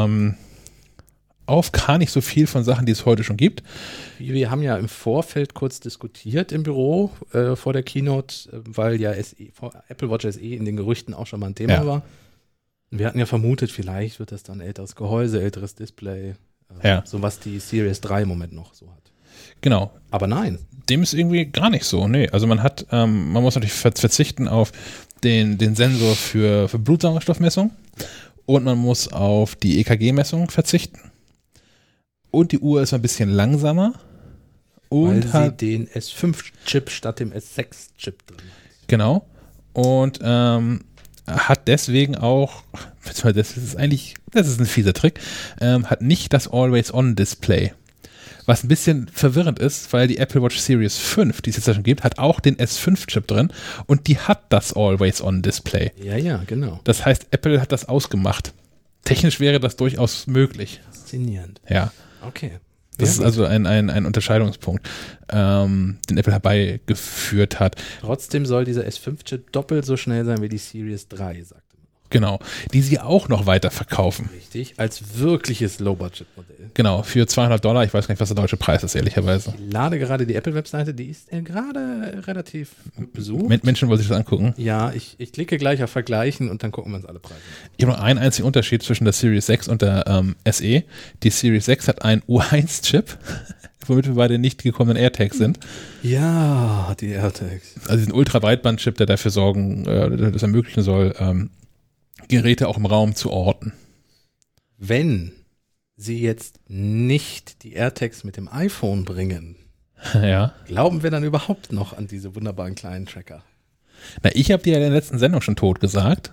Auf gar nicht so viel von Sachen, die es heute schon gibt. Wir haben ja im Vorfeld kurz diskutiert im Büro vor der Keynote, weil ja Apple Watch SE in den Gerüchten auch schon mal ein Thema war. Wir hatten ja vermutet, vielleicht wird das dann älteres Gehäuse, älteres Display, so was die Series 3 im Moment noch so hat. Genau. Aber nein. Dem ist irgendwie gar nicht so. Nee, also man muss natürlich verzichten auf den Sensor für Blutsauerstoffmessung und man muss auf die EKG-Messung verzichten. Und die Uhr ist ein bisschen langsamer. Und weil sie den S5-Chip statt dem S6-Chip drin hat. Genau. Und hat deswegen auch, das ist ein fieser Trick, hat nicht das Always-On-Display. Was ein bisschen verwirrend ist, weil die Apple Watch Series 5, die es jetzt schon gibt, hat auch den S5-Chip drin und die hat das Always-On-Display. Ja, genau. Das heißt, Apple hat das ausgemacht. Technisch wäre das durchaus möglich. Faszinierend. Ja. Okay. Das ist also ein Unterscheidungspunkt, den Apple herbeigeführt hat. Trotzdem soll dieser S5-Chip doppelt so schnell sein wie die Series 3, sagte man. Genau, die sie auch noch weiter verkaufen. Richtig, als wirkliches Low-Budget-Modell. Genau, für $200. Ich weiß gar nicht, was der deutsche Preis ist, ehrlicherweise. Ich lade gerade die Apple-Webseite, die ist gerade relativ besucht. Menschen wollen sich das angucken. Ja, ich klicke gleich auf Vergleichen und dann gucken wir uns alle Preise an. Ich habe noch einen einzigen Unterschied zwischen der Series 6 und der SE. Die Series 6 hat einen U1-Chip, womit wir bei den nicht gekommenen AirTags sind. Ja, die AirTags. Also diesen Ultra-Breitband-Chip, der dafür das ermöglichen soll, Geräte auch im Raum zu orten. Wenn sie jetzt nicht die AirTags mit dem iPhone bringen, glauben wir dann überhaupt noch an diese wunderbaren kleinen Tracker? Na, ich habe dir ja in der letzten Sendung schon tot gesagt,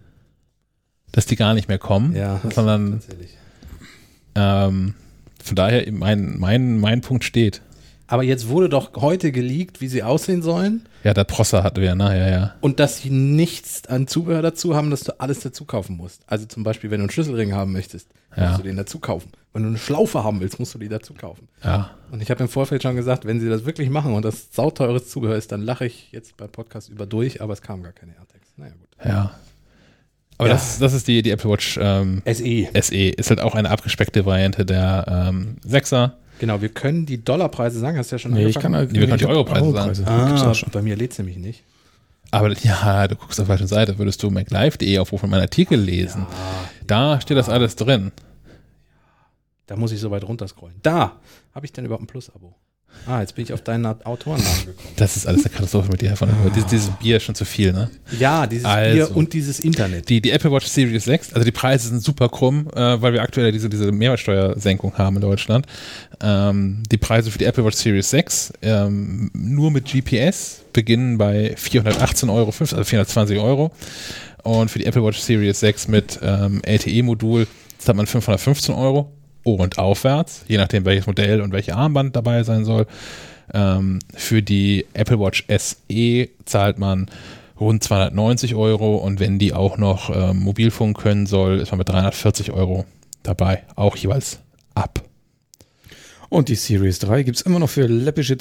dass die gar nicht mehr kommen, sondern tatsächlich. Von daher mein Punkt steht. aber jetzt wurde doch heute geleakt, wie sie aussehen sollen. Ja, der Prosser hatten wir, ne? Ja. Und dass sie nichts an Zubehör dazu haben, dass du alles dazu kaufen musst. Also zum Beispiel, wenn du einen Schlüsselring haben möchtest, musst du den dazu kaufen. Wenn du eine Schlaufe haben willst, musst du die dazu kaufen. Ja. Und ich habe im Vorfeld schon gesagt, wenn sie das wirklich machen und das sauteures Zubehör ist, dann lache ich jetzt beim Podcast über durch, aber es kamen gar keine AirTags. Naja, gut. Ja. Aber das ist die Apple Watch SE. SE. Ist halt auch eine abgespeckte Variante der 6er. Genau, wir können die Dollarpreise sagen, hast du ja schon Nee, ich kann angefangen. wir können die Europreise sagen. Gibt's auch schon. Bei mir lädt sie nämlich nicht. Aber ja, du guckst auf der falschen Seite, würdest du MacLive.de aufrufen und meinen Artikel lesen. Da steht das alles drin. Da muss ich so weit runterscrollen. Da habe ich denn überhaupt ein Plus-Abo. Jetzt bin ich auf deinen Autorennamen gekommen. Das ist alles eine Katastrophe mit dir. Dieses Bier ist schon zu viel, ne? Ja, dieses Bier und dieses Internet. Die Apple Watch Series 6, also die Preise sind super krumm, weil wir aktuell diese Mehrwertsteuersenkung haben in Deutschland. Die Preise für die Apple Watch Series 6 nur mit GPS beginnen bei 418,50 €, also 420 €. Und für die Apple Watch Series 6 mit LTE-Modul zahlt man 515 € und aufwärts, je nachdem welches Modell und welche Armband dabei sein soll. Für die Apple Watch SE zahlt man rund 290 € und wenn die auch noch Mobilfunk können soll, ist man mit 340 € dabei, auch jeweils ab. Und die Series 3 gibt es immer noch für läppische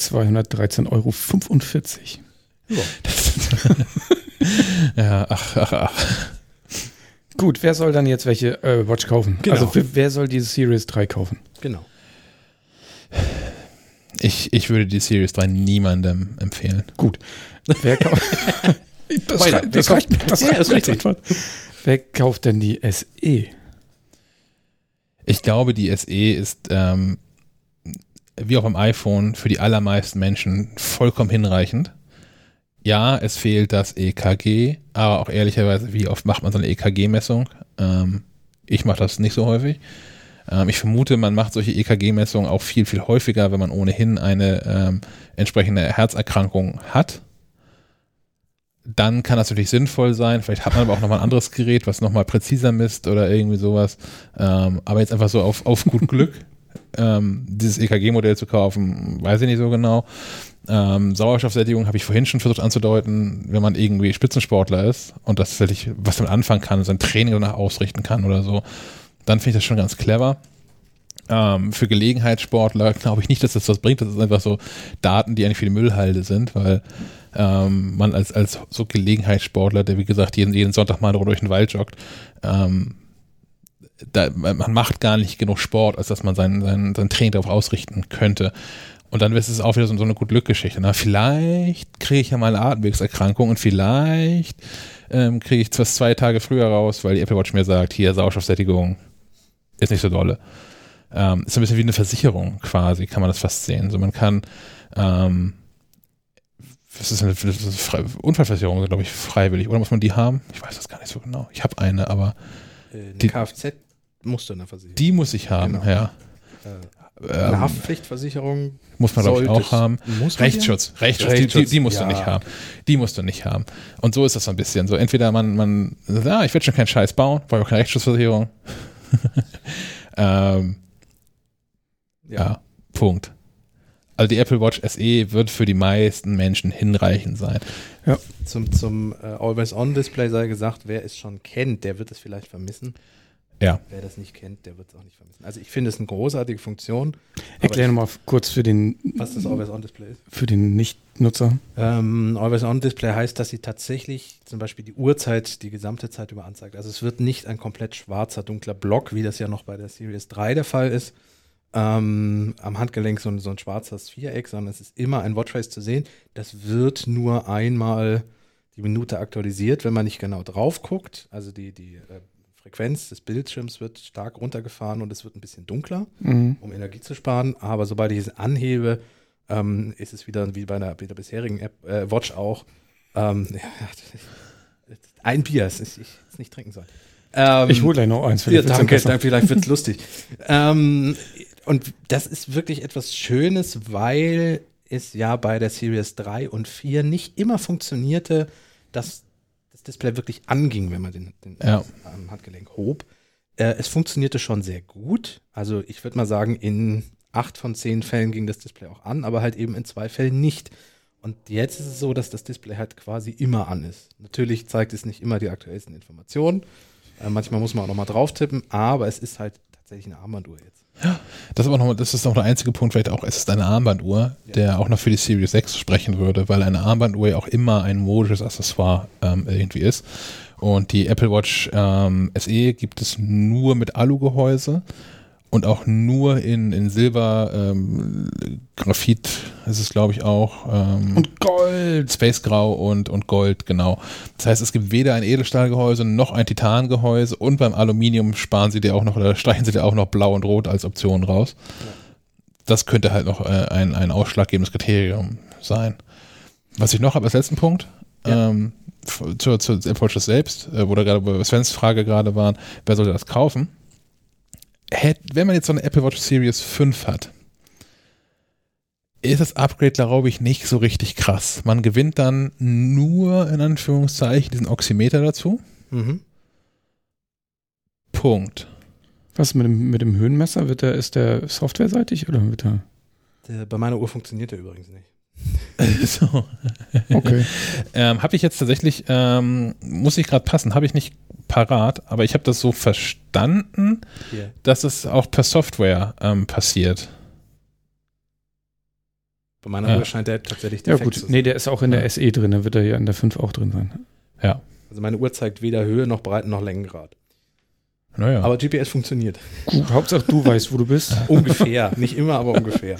213,45 €. Ja, ach. Gut, wer soll dann jetzt welche Watch kaufen? Genau. Also wer soll diese Series 3 kaufen? Genau. Ich würde die Series 3 niemandem empfehlen. Gut. Wer kauft? Das reicht richtig. Wer kauft denn die SE? Ich glaube, die SE ist wie auch beim iPhone für die allermeisten Menschen vollkommen hinreichend. Ja, es fehlt das EKG, aber auch ehrlicherweise, wie oft macht man so eine EKG-Messung? Ich mache das nicht so häufig. Ich vermute, man macht solche EKG-Messungen auch viel, viel häufiger, wenn man ohnehin eine entsprechende Herzerkrankung hat. Dann kann das natürlich sinnvoll sein. Vielleicht hat man aber auch nochmal ein anderes Gerät, was nochmal präziser misst oder irgendwie sowas. Aber jetzt einfach so auf gut Glück dieses EKG-Modell zu kaufen, weiß ich nicht so genau. Sauerstoffsättigung habe ich vorhin schon versucht anzudeuten, wenn man irgendwie Spitzensportler ist und das tatsächlich was damit anfangen kann und sein Training danach ausrichten kann oder so, dann finde ich das schon ganz clever. Für Gelegenheitssportler glaube ich nicht, dass das was bringt. Das ist einfach so Daten, die eigentlich für die Müllhalde sind, weil man als so Gelegenheitssportler, der wie gesagt jeden Sonntag mal durch den Wald joggt, man macht gar nicht genug Sport, als dass man sein Training darauf ausrichten könnte. Und dann ist es auch wieder so eine gute Glücksgeschichte. Na, vielleicht kriege ich ja mal eine Atemwegserkrankung und vielleicht kriege ich das 2 Tage früher raus, weil die Apple Watch mir sagt, hier Sauerstoffsättigung ist nicht so dolle. Ist ein bisschen wie eine Versicherung quasi, kann man das fast sehen. So man kann, was ist eine Unfallversicherung, glaube ich, freiwillig. Oder muss man die haben? Ich weiß das gar nicht so genau. Ich habe eine, aber die Kfz musst du in der Versicherung. Die muss ich haben, genau. Ja. Eine Haftpflichtversicherung muss man, glaube ich, auch haben. Rechtsschutz, die musst du nicht haben. Die musst du nicht haben. Und so ist das so ein bisschen. So entweder man ich will schon keinen Scheiß bauen, brauche auch keine Rechtsschutzversicherung. Ja, Punkt. Also die Apple Watch SE wird für die meisten Menschen hinreichend sein. Ja. Zum Always-On-Display sei gesagt, wer es schon kennt, der wird es vielleicht vermissen. Ja. Wer das nicht kennt, der wird es auch nicht vermissen. Also ich finde es eine großartige Funktion. Erklär nochmal kurz für den, was das Always-On-Display ist. Für den Nicht-Nutzer. Always-On-Display heißt, dass sie tatsächlich zum Beispiel die Uhrzeit, die gesamte Zeit über anzeigt. Also es wird nicht ein komplett schwarzer, dunkler Block, wie das ja noch bei der Series 3 der Fall ist. Am Handgelenk so ein schwarzes Viereck, sondern es ist immer ein Watchface zu sehen. Das wird nur einmal die Minute aktualisiert, wenn man nicht genau drauf guckt. Also die Frequenz des Bildschirms wird stark runtergefahren und es wird ein bisschen dunkler, um Energie zu sparen. Aber sobald ich es anhebe, ist es wieder wie bei der bisherigen App, Watch auch. Ein Bier, das ich nicht trinken soll. Ich hole gleich noch eins. Ja, danke, vielleicht wird es lustig. Und das ist wirklich etwas Schönes, weil es ja bei der Series 3 und 4 nicht immer funktionierte, dass das Display wirklich anging, wenn man den Handgelenk hob. Es funktionierte schon sehr gut. Also ich würde mal sagen, in 8 von 10 Fällen ging das Display auch an, aber halt eben in 2 Fällen nicht. Und jetzt ist es so, dass das Display halt quasi immer an ist. Natürlich zeigt es nicht immer die aktuellsten Informationen. Manchmal muss man auch nochmal drauf tippen, aber es ist halt tatsächlich eine Armbanduhr jetzt. Ja, das ist auch der einzige Punkt, vielleicht auch, es ist eine Armbanduhr, der auch noch für die Series 6 sprechen würde, weil eine Armbanduhr ja auch immer ein modisches Accessoire irgendwie ist. Und die Apple Watch SE gibt es nur mit Alugehäuse und auch nur in Silber, Graphit ist es, glaube ich, auch. Und Gold. Spacegrau und Gold, genau. Das heißt, es gibt weder ein Edelstahlgehäuse noch ein Titangehäuse und beim Aluminium streichen sie dir auch noch Blau und Rot als Option raus. Ja. Das könnte halt noch ein ausschlaggebendes Kriterium sein. Was ich noch habe als letzten Punkt, zur Apple Watch selbst, wo da gerade bei Svens Frage gerade waren, wer sollte das kaufen? Wenn man jetzt so eine Apple Watch Series 5 hat, ist das Upgrade, glaube ich, nicht so richtig krass. Man gewinnt dann nur, in Anführungszeichen, diesen Oximeter dazu. Mhm. Punkt. Was mit dem Höhenmesser? Ist der softwareseitig oder wird der? Bei meiner Uhr funktioniert der übrigens nicht. So. Okay. Habe ich jetzt tatsächlich, muss ich gerade passen, habe ich nicht parat, aber ich habe das so verstanden, dass es auch per Software passiert. Bei meiner Uhr scheint der tatsächlich defekt zu sein. Nee, der ist auch in der SE drin, dann wird er ja in der 5 auch drin sein. Ja. Also meine Uhr zeigt weder Höhe noch Breiten noch Längengrad. Naja. Aber GPS funktioniert. Gut, Hauptsache du weißt, wo du bist. Ungefähr, nicht immer, aber ungefähr.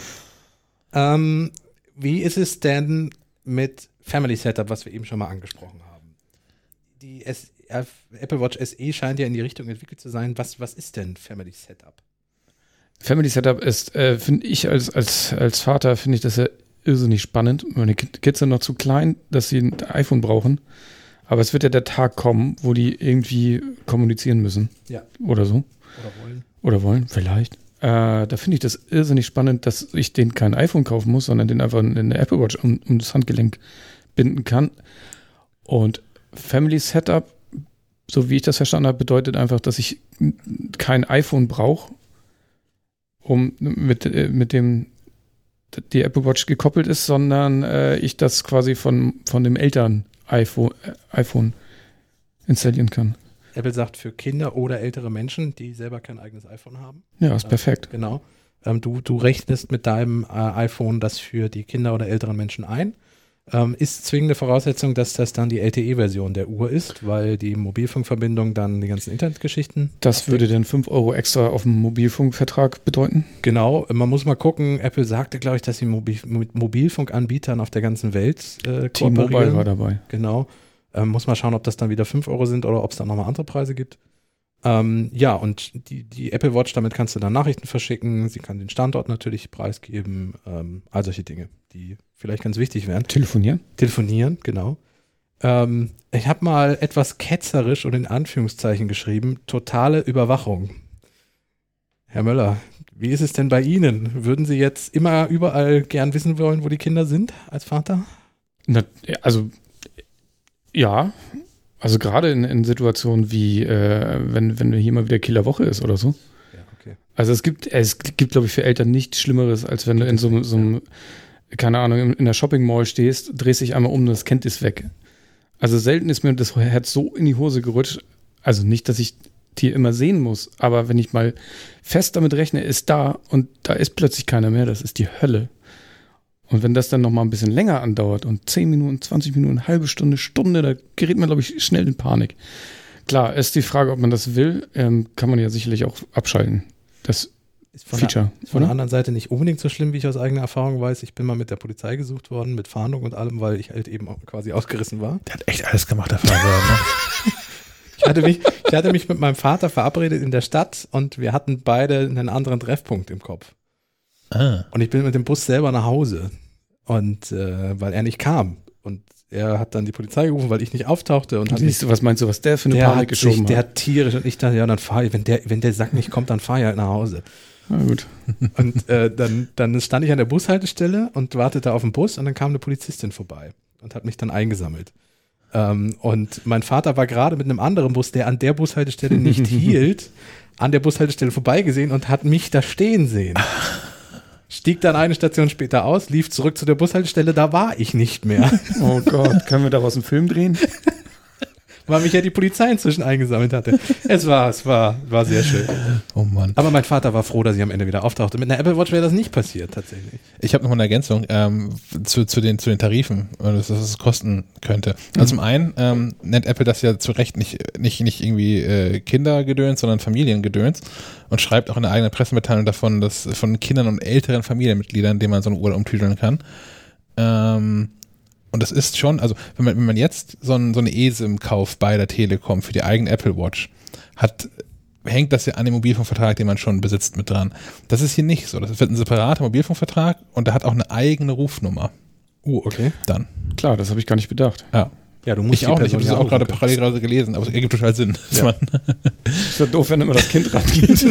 Wie ist es denn mit Family Setup, was wir eben schon mal angesprochen haben? Die Apple Watch SE scheint ja in die Richtung entwickelt zu sein. Was ist denn Family Setup? Family Setup ist, finde ich als Vater, finde ich das ja irrsinnig spannend. Meine Kids sind noch zu klein, dass sie ein iPhone brauchen. Aber es wird ja der Tag kommen, wo die irgendwie kommunizieren müssen. Ja. Oder so. Oder wollen, vielleicht. Da finde ich das irrsinnig spannend, dass ich denen kein iPhone kaufen muss, sondern den einfach eine Apple Watch um das Handgelenk binden kann. Und Family Setup, so wie ich das verstanden habe, bedeutet einfach, dass ich kein iPhone brauche, um mit dem die Apple Watch gekoppelt ist, sondern ich das quasi von dem Eltern iPhone installieren kann. Apple sagt für Kinder oder ältere Menschen, die selber kein eigenes iPhone haben. Ja, ist perfekt. Genau. Du rechnest mit deinem iPhone das für die Kinder oder älteren Menschen ein. Ist zwingende Voraussetzung, dass das dann die LTE-Version der Uhr ist, weil die Mobilfunkverbindung dann die ganzen Internetgeschichten. Das würde dann 5 € extra auf dem Mobilfunkvertrag bedeuten? Genau, man muss mal gucken. Apple sagte, glaube ich, dass sie mit Mobilfunkanbietern auf der ganzen Welt kooperieren. T-Mobile war dabei. Genau. Muss mal schauen, ob das dann wieder 5 € sind oder ob es dann nochmal andere Preise gibt. Ja, und die Apple Watch, damit kannst du dann Nachrichten verschicken. Sie kann den Standort natürlich preisgeben. All solche Dinge, die vielleicht ganz wichtig wären. Telefonieren, genau. Ich habe mal etwas ketzerisch und in Anführungszeichen geschrieben, totale Überwachung. Herr Möller, wie ist es denn bei Ihnen? Würden Sie jetzt immer überall gern wissen wollen, wo die Kinder sind als Vater? Ja, also gerade in Situationen wie, wenn hier mal wieder Killerwoche ist oder so. Ja, okay. Also es gibt glaube ich, für Eltern nichts Schlimmeres, als wenn du in so einem, keine Ahnung, in der Shopping Mall stehst, drehst dich einmal um und das Kind ist weg. Also selten ist mir das Herz so in die Hose gerutscht. Also nicht, dass ich die immer sehen muss, aber wenn ich mal fest damit rechne, ist da und da ist plötzlich keiner mehr, das ist die Hölle. Und wenn das dann noch mal ein bisschen länger andauert und 10 Minuten, 20 Minuten, halbe Stunde, da gerät man, glaube ich, schnell in Panik. Klar, ist die Frage, ob man das will, kann man ja sicherlich auch abschalten. Das ist von der anderen Seite nicht unbedingt so schlimm, wie ich aus eigener Erfahrung weiß. Ich bin mal mit der Polizei gesucht worden, mit Fahndung und allem, weil ich halt eben auch quasi ausgerissen war. Der hat echt alles gemacht, der Vater, ne? Ich hatte mich mit meinem Vater verabredet in der Stadt und wir hatten beide einen anderen Treffpunkt im Kopf. Und ich bin mit dem Bus selber nach Hause und weil er nicht kam und er hat dann die Polizei gerufen, weil ich nicht auftauchte und was meinst du, was der für eine Panik geschoben hat? Der hat tierisch und ich dachte, ja, dann fahr ich, wenn der Sack nicht kommt, dann fahr ich halt nach Hause. Na gut. Und dann stand ich an der Bushaltestelle und wartete auf den Bus und dann kam eine Polizistin vorbei und hat mich dann eingesammelt. Und mein Vater war gerade mit einem anderen Bus, der an der Bushaltestelle nicht hielt, an der Bushaltestelle vorbeigesehen und hat mich da stehen sehen. Stieg dann eine Station später aus, lief zurück zu der Bushaltestelle, da war ich nicht mehr. Oh Gott, können wir daraus einen Film drehen? Weil mich ja die Polizei inzwischen eingesammelt hatte. Es war sehr schön. Oh Mann. Aber mein Vater war froh, dass ich am Ende wieder auftauchte. Mit einer Apple Watch wäre das nicht passiert, tatsächlich. Ich habe noch mal eine Ergänzung zu den Tarifen, was es kosten könnte. Also zum einen nennt Apple das ja zu Recht nicht irgendwie Kindergedöns, sondern Familiengedöns und schreibt auch in der eigenen Pressemitteilung davon, dass von Kindern und älteren Familienmitgliedern, denen man so eine Uhr umtüdeln kann. Und das ist schon, also wenn man jetzt so eine eSIM kauft bei der Telekom für die eigene Apple Watch, hängt das ja an dem Mobilfunkvertrag, den man schon besitzt, mit dran. Das ist hier nicht so. Das wird ein separater Mobilfunkvertrag und der hat auch eine eigene Rufnummer. Okay. Dann. Klar, das habe ich gar nicht bedacht. Ja. Ja, du musst Ich auch nicht. Ich habe das auch gerade parallel gelesen, aber es ergibt total Sinn. Ja. Ist ja doof, wenn immer das Kind rangeht.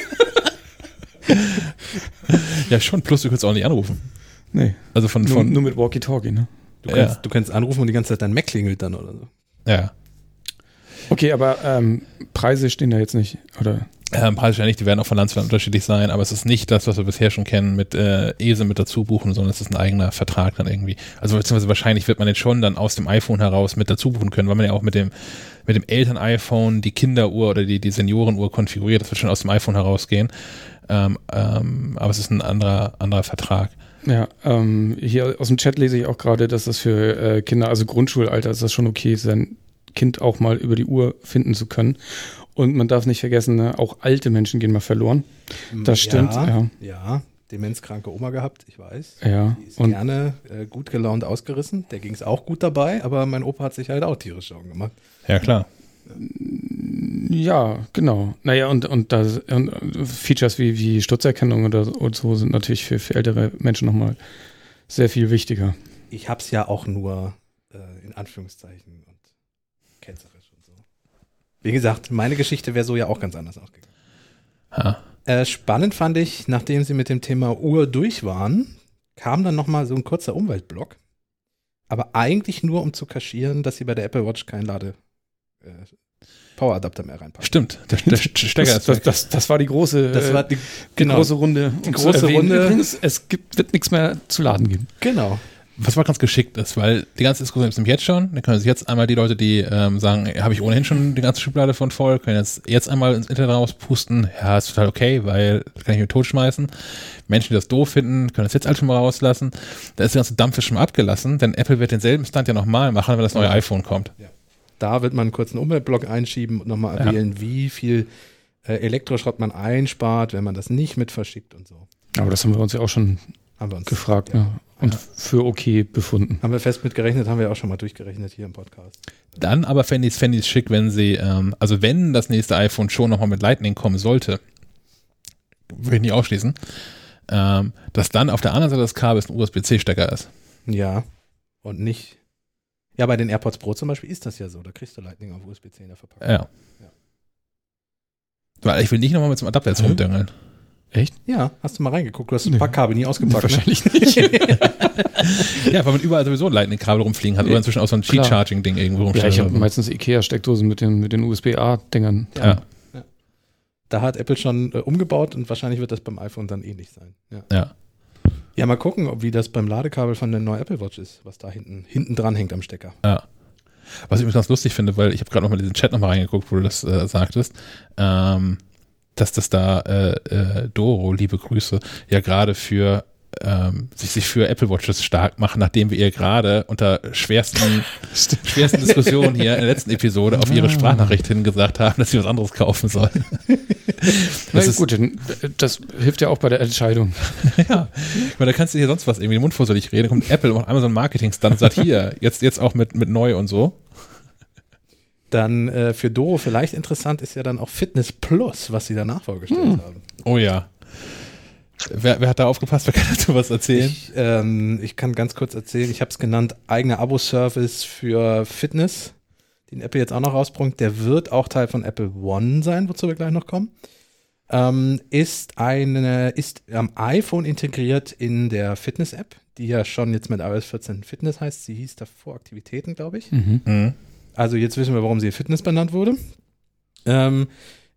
Ja, schon. Plus, du kannst auch nicht anrufen. Nee. Also nur mit Walkie-Talkie, ne? Du kannst anrufen und die ganze Zeit dein Mac klingelt dann oder so. Ja. Okay, aber Preise stehen da jetzt nicht, oder? Preise ja nicht, die werden auch von Land zu Land unterschiedlich sein, aber es ist nicht das, was wir bisher schon kennen, mit eSIM mit dazu buchen, sondern es ist ein eigener Vertrag dann irgendwie. Also beziehungsweise wahrscheinlich wird man den schon dann aus dem iPhone heraus mit dazu buchen können, weil man ja auch mit dem Eltern-iPhone die Kinderuhr oder die Seniorenuhr konfiguriert, das wird schon aus dem iPhone herausgehen. Aber es ist ein anderer Vertrag. Ja, hier aus dem Chat lese ich auch gerade, dass das für Kinder, also Grundschulalter, ist das schon okay, sein Kind auch mal über die Uhr finden zu können. Und man darf nicht vergessen, ne, auch alte Menschen gehen mal verloren. Das stimmt, ja. Ja, demenzkranke Oma gehabt, ich weiß. Ja. Die ist gerne gut gelaunt ausgerissen. Der ging es auch gut dabei, aber mein Opa hat sich halt auch tierisch Augen gemacht. Ja, klar. Ja, genau. Naja, und Features wie Stutzerkennung und so sind natürlich für ältere Menschen nochmal sehr viel wichtiger. Ich hab's ja auch nur in Anführungszeichen und ketzerisch und so. Wie gesagt, meine Geschichte wäre so ja auch ganz anders ausgegangen. Spannend fand ich, nachdem sie mit dem Thema Uhr durch waren, kam dann nochmal so ein kurzer Umweltblock. Aber eigentlich nur, um zu kaschieren, dass sie bei der Apple Watch kein Poweradapter mehr reinpacken. Stimmt, der Stecker ist weg. Das war die große, große Runde. Die große Runde. Übrigens, wird nichts mehr zu laden geben. Genau. Was mal ganz geschickt ist, weil die ganze Diskussion ist nämlich jetzt schon, dann können sich jetzt einmal die Leute, die sagen, habe ich ohnehin schon die ganze Schublade von voll, können jetzt einmal ins Internet rauspusten, ja, ist total okay, weil das kann ich mir totschmeißen. Menschen, die das doof finden, können das jetzt halt schon mal rauslassen. Da ist der ganze Dampf schon mal abgelassen, denn Apple wird denselben Stunt ja nochmal machen, wenn das neue iPhone kommt. Ja. Da wird man kurz einen Umweltblock einschieben und nochmal erwähnen, wie viel Elektroschrott man einspart, wenn man das nicht mit verschickt und so. Aber das haben wir uns ja auch schon gefragt, ja. Ne? Und für okay befunden. Haben wir fest mitgerechnet, haben wir auch schon mal durchgerechnet hier im Podcast. Dann aber fände ich es schick, wenn sie, also wenn das nächste iPhone schon nochmal mit Lightning kommen sollte, würde ich nicht ausschließen, dass dann auf der anderen Seite des Kabels ein USB-C-Stecker ist. Ja, und nicht. Ja, bei den AirPods Pro zum Beispiel ist das ja so. Da kriegst du Lightning auf USB-C in der Verpackung. Ja. Weil ich will nicht nochmal mit so einem Adapter jetzt rumdöngeln. Echt? Ja, hast du mal reingeguckt. Du hast ein paar Kabel nie ausgepackt. Wahrscheinlich nicht. Ja, weil man überall sowieso ein Lightning-Kabel rumfliegen hat oder inzwischen auch so ein Qi-Charging-Ding irgendwo rumstehen. Ja, ich habe meistens Ikea-Steckdosen mit den USB-A-Dingern. Ja. Da hat Apple schon umgebaut und wahrscheinlich wird das beim iPhone dann ähnlich sein. Ja. Ja, mal gucken, wie das beim Ladekabel von der neuen Apple Watch ist, was da hinten dran hängt am Stecker. Ja. Was ich übrigens ganz lustig finde, weil ich habe gerade noch mal in diesen Chat nochmal reingeguckt, wo du das sagtest, dass das da Doro, liebe Grüße, ja gerade für sich für Apple Watches stark machen, nachdem wir ihr gerade unter schwersten Diskussionen hier in der letzten Episode auf ihre Sprachnachricht hin gesagt haben, dass sie was anderes kaufen sollen. Gut, das hilft ja auch bei der Entscheidung. Ja, weil da kannst du hier sonst was irgendwie den Mund fusselig reden, kommt Apple und einmal so ein Marketing-Stunt und sagt, hier, jetzt auch mit neu und so. Dann für Doro vielleicht interessant ist ja dann auch Fitness Plus, was sie danach vorgestellt haben. Oh ja. Wer hat da aufgepasst? Wer kann dazu was erzählen? Ich kann ganz kurz erzählen. Ich habe es genannt, eigener Abo-Service für Fitness, den Apple jetzt auch noch rausbringt. Der wird auch Teil von Apple One sein, wozu wir gleich noch kommen. Ist am iPhone integriert in der Fitness-App, die ja schon jetzt mit iOS 14 Fitness heißt. Sie hieß davor Aktivitäten, glaube ich. Mhm. Also jetzt wissen wir, warum sie Fitness benannt wurde.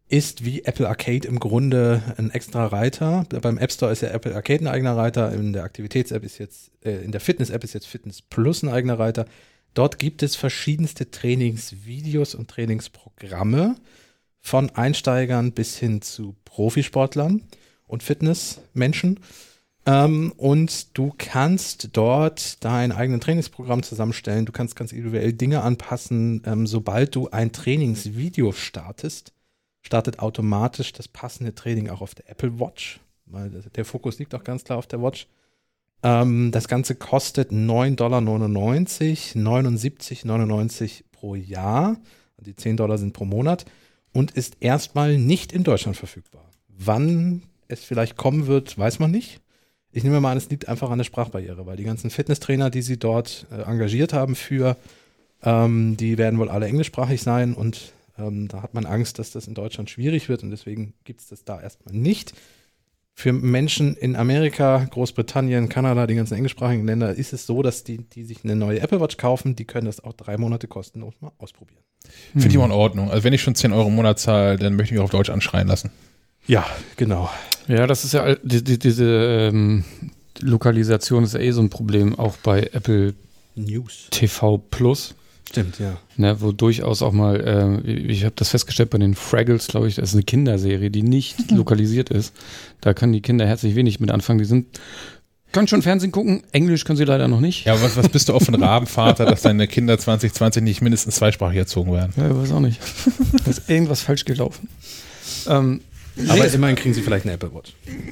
ist wie Apple Arcade im Grunde ein extra Reiter. Beim App Store ist ja Apple Arcade ein eigener Reiter, in der Aktivitäts-App ist jetzt, in der Fitness-App ist jetzt Fitness Plus ein eigener Reiter. Dort gibt es verschiedenste Trainingsvideos und Trainingsprogramme von Einsteigern bis hin zu Profisportlern und Fitnessmenschen. Und du kannst dort dein eigenes Trainingsprogramm zusammenstellen. Du kannst ganz individuell Dinge anpassen. Sobald du ein Trainingsvideo startest, startet automatisch das passende Training auch auf der Apple Watch, weil der Fokus liegt auch ganz klar auf der Watch. Das Ganze kostet $9,99, $79,99 pro Jahr. Die $10 sind pro Monat und ist erstmal nicht in Deutschland verfügbar. Wann es vielleicht kommen wird, weiß man nicht. Ich nehme mal an, es liegt einfach an der Sprachbarriere, weil die ganzen Fitnesstrainer, die sie dort engagiert haben die werden wohl alle englischsprachig sein und da hat man Angst, dass das in Deutschland schwierig wird und deswegen gibt es das da erstmal nicht. Für Menschen in Amerika, Großbritannien, Kanada, die ganzen englischsprachigen Länder, ist es so, dass die sich eine neue Apple Watch kaufen, die können das auch 3 Monate kostenlos mal ausprobieren. Finde ich auch in Ordnung. Also wenn ich schon 10 € im Monat zahle, dann möchte ich mich auf Deutsch anschreien lassen. Ja, genau. Ja, das ist ja diese Lokalisation ist ja so ein Problem, auch bei Apple News TV Plus. Stimmt, ja. Ne, wo durchaus auch mal, ich habe das festgestellt bei den Fraggles, glaube ich, das ist eine Kinderserie, die nicht lokalisiert ist. Da können die Kinder herzlich wenig mit anfangen. Die können schon Fernsehen gucken, Englisch können sie leider noch nicht. Ja, aber was bist du auch für ein Rabenvater, dass deine Kinder 2020 nicht mindestens zweisprachig erzogen werden? Ja, ich weiß auch nicht. Da ist irgendwas falsch gelaufen. Aber immerhin kriegen sie vielleicht eine Apple Watch.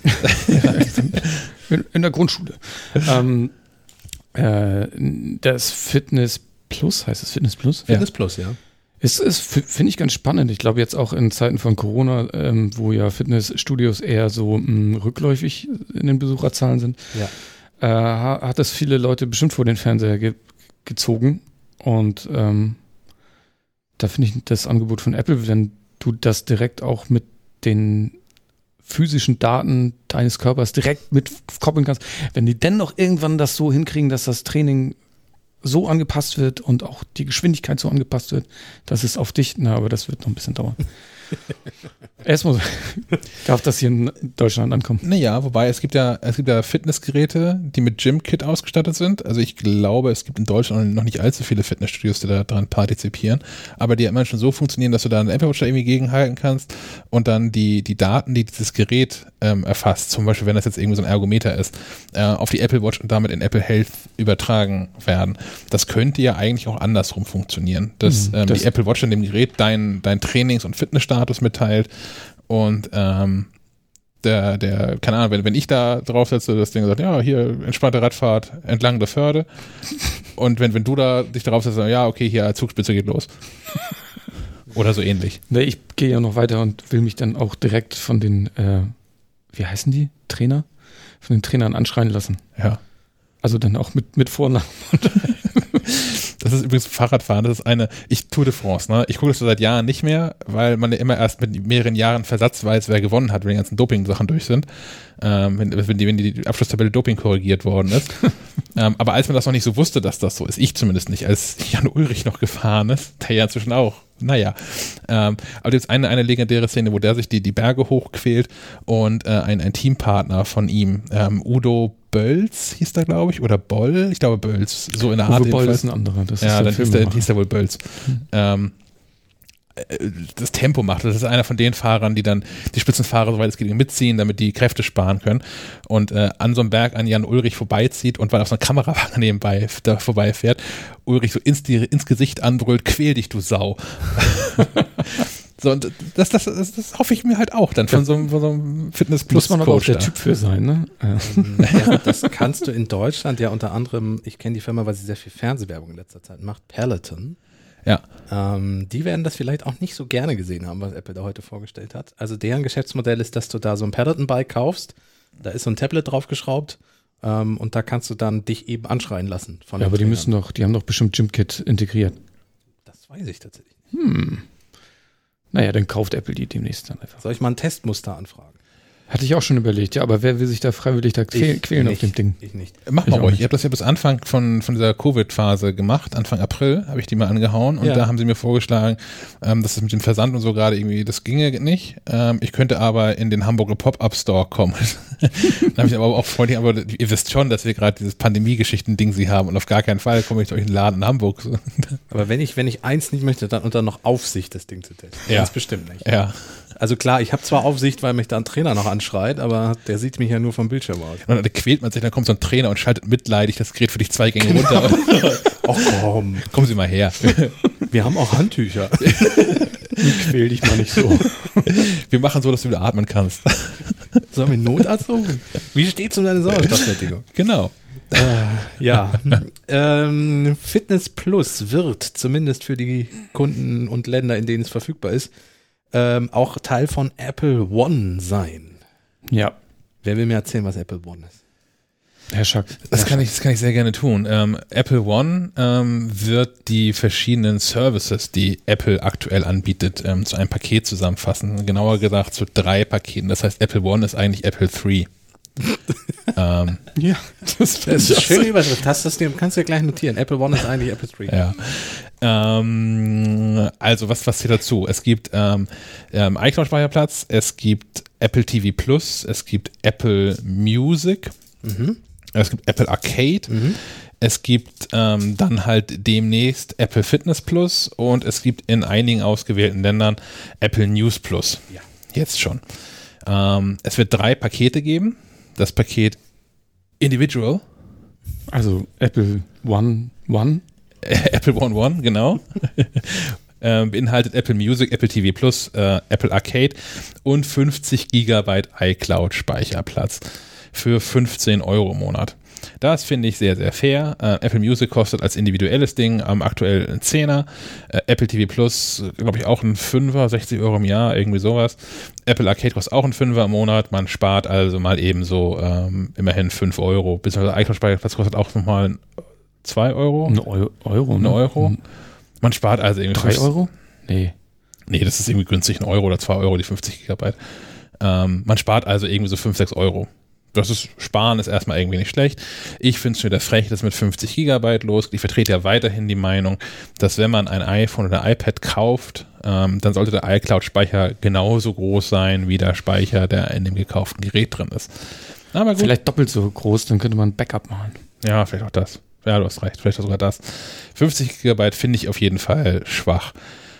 in der Grundschule. Das Fitness Plus, heißt es Fitness Plus? Fitness Plus, ja. Ist finde ich ganz spannend. Ich glaube jetzt auch in Zeiten von Corona, wo ja Fitnessstudios eher so rückläufig in den Besucherzahlen sind, hat es viele Leute bestimmt vor den Fernseher gezogen. Und da finde ich das Angebot von Apple, wenn du das direkt auch mit den physischen Daten deines Körpers direkt mit koppeln kannst, wenn die denn noch irgendwann das so hinkriegen, dass das Training so angepasst wird und auch die Geschwindigkeit so angepasst wird, dass es auf dich, aber das wird noch ein bisschen dauern. Erstmal darf das hier in Deutschland ankommen. Naja, wobei es gibt ja Fitnessgeräte, die mit Gym-Kit ausgestattet sind. Also ich glaube, es gibt in Deutschland noch nicht allzu viele Fitnessstudios, die da daran partizipieren, aber die ja immer schon so funktionieren, dass du da eine Apple Watch da irgendwie gegenhalten kannst und dann die Daten, die dieses Gerät erfasst, zum Beispiel wenn das jetzt irgendwie so ein Ergometer ist, auf die Apple Watch und damit in Apple Health übertragen werden. Das könnte ja eigentlich auch andersrum funktionieren, dass die Apple Watch in dem Gerät dein Trainings- und Fitnessstatus mitteilt und keine Ahnung, wenn ich da draufsetze, das Ding sagt, ja, hier entspannte Radfahrt entlang der Förde und wenn du da dich darauf setzt, ja, okay, hier Zugspitze geht los. Oder so ähnlich. Nee, ich gehe ja noch weiter und will mich dann auch direkt von den, wie heißen die? Trainer? Von den Trainern anschreien lassen. Ja. Also dann auch mit Vornamen. Das ist übrigens Fahrradfahren, das ist ich Tour de France, ne? Ich gucke das seit Jahren nicht mehr, weil man ja immer erst mit mehreren Jahren Versatz weiß, wer gewonnen hat, wenn die ganzen Doping-Sachen durch sind. Wenn die Abschlusstabelle Doping korrigiert worden ist. Aber als man das noch nicht so wusste, dass das so ist, ich zumindest nicht, als Jan Ullrich noch gefahren ist, der ja inzwischen auch, naja. Aber jetzt eine legendäre Szene, wo der sich die Berge hochquält und ein Teampartner von ihm, Udo Bölz hieß der, glaube ich, oder Boll, ich glaube Bölz, so in der Art. Uwe Boll ist ein anderer. Das ja, dann hieß der wohl Bölz. Das Tempo macht. Das ist einer von den Fahrern, die dann die Spitzenfahrer, soweit es geht, mitziehen, damit die Kräfte sparen können und an so einem Berg an Jan Ullrich vorbeizieht und weil auf so einer Kamerawagen nebenbei da vorbeifährt, Ullrich so ins Gesicht anbrüllt, quäl dich, du Sau. So, und das hoffe ich mir halt auch dann von so einem Fitness-Plus-Coach. Muss man aber auch der Typ für sein, ne? Ja, das kannst du in Deutschland ja unter anderem, ich kenne die Firma, weil sie sehr viel Fernsehwerbung in letzter Zeit macht, Peloton. Ja. Die werden das vielleicht auch nicht so gerne gesehen haben, was Apple da heute vorgestellt hat. Also deren Geschäftsmodell ist, dass du da so ein Peloton-Bike kaufst, da ist so ein Tablet draufgeschraubt und da kannst du dann dich eben anschreien lassen. Ja, aber die haben doch bestimmt Gym-Kit integriert. Das weiß ich tatsächlich nicht. Naja, dann kauft Apple die demnächst dann einfach. Soll ich mal ein Testmuster anfragen? Hatte ich auch schon überlegt, ja, aber wer will sich da freiwillig quälen auf dem Ding? Ich nicht. Mach mal ruhig. Ich habe das ja bis Anfang von dieser Covid-Phase gemacht. Anfang April habe ich die mal angehauen und da haben sie mir vorgeschlagen, dass das mit dem Versand und so gerade irgendwie, das ginge nicht. Ich könnte aber in den Hamburger Pop-Up-Store kommen. Dann habe ich aber auch freundlich, aber ihr wisst schon, dass wir gerade dieses Pandemie-Geschichten-Ding sie haben und auf gar keinen Fall komme ich zu euch in den Laden in Hamburg. Aber wenn ich eins nicht möchte, dann unter noch Aufsicht das Ding zu testen. Ja. Ganz bestimmt nicht. Ja. Also klar, ich habe zwar Aufsicht, weil mich da ein Trainer noch anschreit, aber der sieht mich ja nur vom Bildschirm aus. Und dann quält man sich, dann kommt so ein Trainer und schaltet mitleidig das Gerät für dich 2 Gänge runter. Ach komm. Kommen Sie mal her. Wir haben auch Handtücher. Quäl dich mal nicht so. Wir machen so, dass du wieder atmen kannst. Sollen wir einen Notarzt rufen? Wie steht's um deine Sauerstoffsättigung? Genau. Ja. Fitness Plus wird, zumindest für die Kunden und Länder, in denen es verfügbar ist, auch Teil von Apple One sein. Ja. Wer will mir erzählen, was Apple One ist? Herr Schack. Das kann ich sehr gerne tun. Apple One wird die verschiedenen Services, die Apple aktuell anbietet, zu einem Paket zusammenfassen. Genauer gesagt zu 3 Paketen. Das heißt, Apple One ist eigentlich Apple 3. Ja, das ist eine schöne Überschrift. Kannst du ja gleich notieren. Apple One ist eigentlich Apple 3. Ja. Also was zählt dazu? Es gibt iCloud-Speicherplatz, es gibt Apple TV Plus, es gibt Apple Music, es gibt Apple Arcade, es gibt dann halt demnächst Apple Fitness Plus und es gibt in einigen ausgewählten Ländern Apple News Plus. Ja. Jetzt schon. Es wird 3 Pakete geben. Das Paket Individual. Also Apple One. Apple One, genau. Beinhaltet Apple Music, Apple TV Plus, Apple Arcade und 50 GB iCloud Speicherplatz für 15 € im Monat. Das finde ich sehr, sehr fair. Apple Music kostet als individuelles Ding aktuell einen 10er. Apple TV Plus, glaube ich, auch ein 5er, 60 € im Jahr, irgendwie sowas. Apple Arcade kostet auch einen 5er im Monat. Man spart also mal eben so immerhin 5 €. Beziehungsweise iCloud-Speicherplatz kostet auch nochmal 2 €. Eine Euro. Eine Euro. Man spart also irgendwie 3 €? Nee, das ist irgendwie günstig, 1 € oder 2 € die 50 GB. Man spart also irgendwie so 5, 6 €. Das ist, Sparen ist erstmal irgendwie nicht schlecht. Ich finde es schon wieder frech, dass mit 50 GB losgeht. Ich vertrete ja weiterhin die Meinung, dass wenn man ein iPhone oder ein iPad kauft, dann sollte der iCloud-Speicher genauso groß sein wie der Speicher, der in dem gekauften Gerät drin ist. Aber gut. Vielleicht doppelt so groß, dann könnte man ein Backup machen. Ja, vielleicht auch das. Ja, du hast recht, vielleicht sogar das. 50 GB finde ich auf jeden Fall schwach.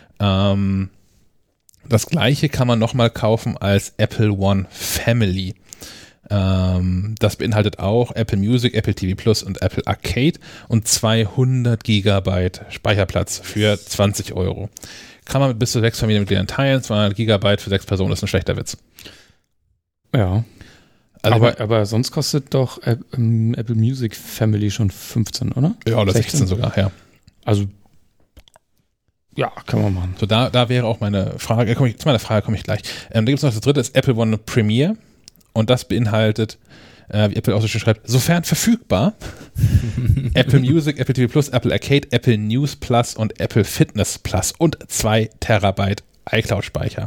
Das gleiche kann man nochmal kaufen als Apple One Family. Das beinhaltet auch Apple Music, Apple TV Plus und Apple Arcade und 200 GB Speicherplatz für 20 €. Kann man mit bis zu 6 Familienmitgliedern teilen. 200 GB für 6 Personen ist ein schlechter Witz. Ja. Also aber sonst kostet doch Apple Music Family schon 15, oder? Ja, oder 16 sogar, ja. Also, ja, kann man machen. So, da wäre auch meine Frage, zu meiner Frage komme ich gleich. Da gibt es noch das dritte, ist Apple One Premiere. Und das beinhaltet, wie Apple auch so schön schreibt, sofern verfügbar, Apple Music, Apple TV Plus, Apple Arcade, Apple News Plus und Apple Fitness Plus und 2 TB iCloud-Speicher.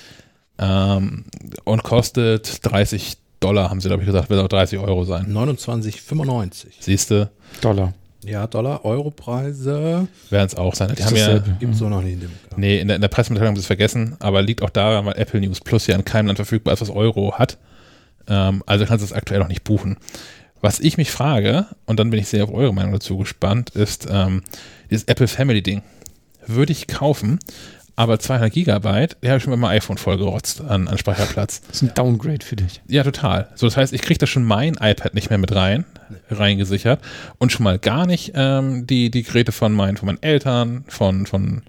Und kostet $30, haben sie, glaube ich, gesagt, wird auch 30 € sein. 29,95. Siehste? Dollar. Ja, Dollar, Europreise. Werden es auch sein. Die haben Gibt es so noch nicht in dem. Nee, in der Pressemitteilung haben sie es vergessen, aber liegt auch daran, weil Apple News Plus ja in keinem Land verfügbar ist, was Euro hat. Also kannst du es aktuell noch nicht buchen. Was ich mich frage, und dann bin ich sehr auf eure Meinung dazu gespannt, ist dieses Apple Family Ding. Würde ich kaufen, aber 200 GB, die habe ich schon mit meinem iPhone vollgerotzt an Speicherplatz. Das ist ein Downgrade für dich. Ja, total. So, das heißt, ich kriege da schon mein iPad nicht mehr mit reingesichert und schon mal gar nicht die Geräte von meinen Eltern, von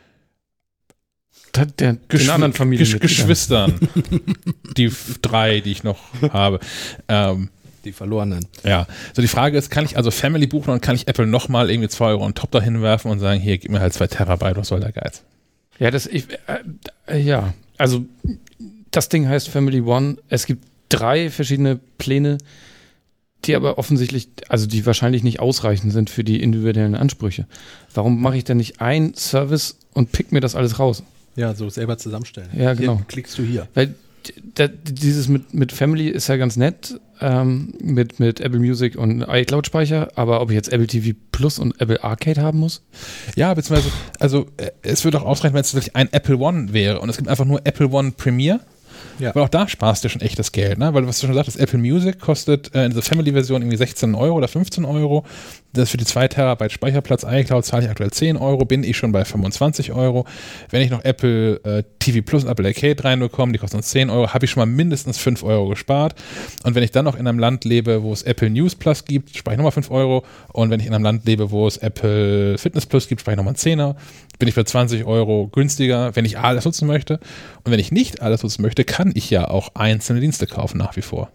den anderen Familienmitgliedern. Geschwistern. Die 3, die ich noch habe. Die verlorenen. Ja. So, die Frage ist, kann ich also Family buchen und kann ich Apple nochmal irgendwie 2 € on top da hinwerfen und sagen, hier, gib mir halt 2 TB, was soll der Geiz? Ja, ja, also das Ding heißt Family One. Es gibt 3 verschiedene Pläne, die aber offensichtlich, also die wahrscheinlich nicht ausreichend sind für die individuellen Ansprüche. Warum mache ich denn nicht einen Service und pick mir das alles raus? Ja, so selber zusammenstellen. Ja, genau. Hier klickst du hier. Weil Dieses mit Family ist ja ganz nett, mit Apple Music und iCloud-Speicher, aber ob ich jetzt Apple TV Plus und Apple Arcade haben muss? Ja, beziehungsweise, also es würde auch ausreichen, wenn es wirklich ein Apple One wäre und es gibt einfach nur Apple One Premier. Ja. Weil auch da sparst du schon echt das Geld, ne? Weil was du schon sagst, Apple Music kostet in dieser Family-Version irgendwie 16 € oder 15 €. Das für die 2 Terabyte Speicherplatz iCloud zahle ich aktuell 10 €, bin ich schon bei 25 €. Wenn ich noch Apple TV Plus und Apple Arcade reinbekomme, die kosten uns 10 €, habe ich schon mal mindestens 5 € gespart. Und wenn ich dann noch in einem Land lebe, wo es Apple News Plus gibt, spare ich nochmal 5 €. Und wenn ich in einem Land lebe, wo es Apple Fitness Plus gibt, spare ich nochmal 10er. Bin ich für 20 € günstiger, wenn ich alles nutzen möchte. Und wenn ich nicht alles nutzen möchte, kann ich ja auch einzelne Dienste kaufen nach wie vor.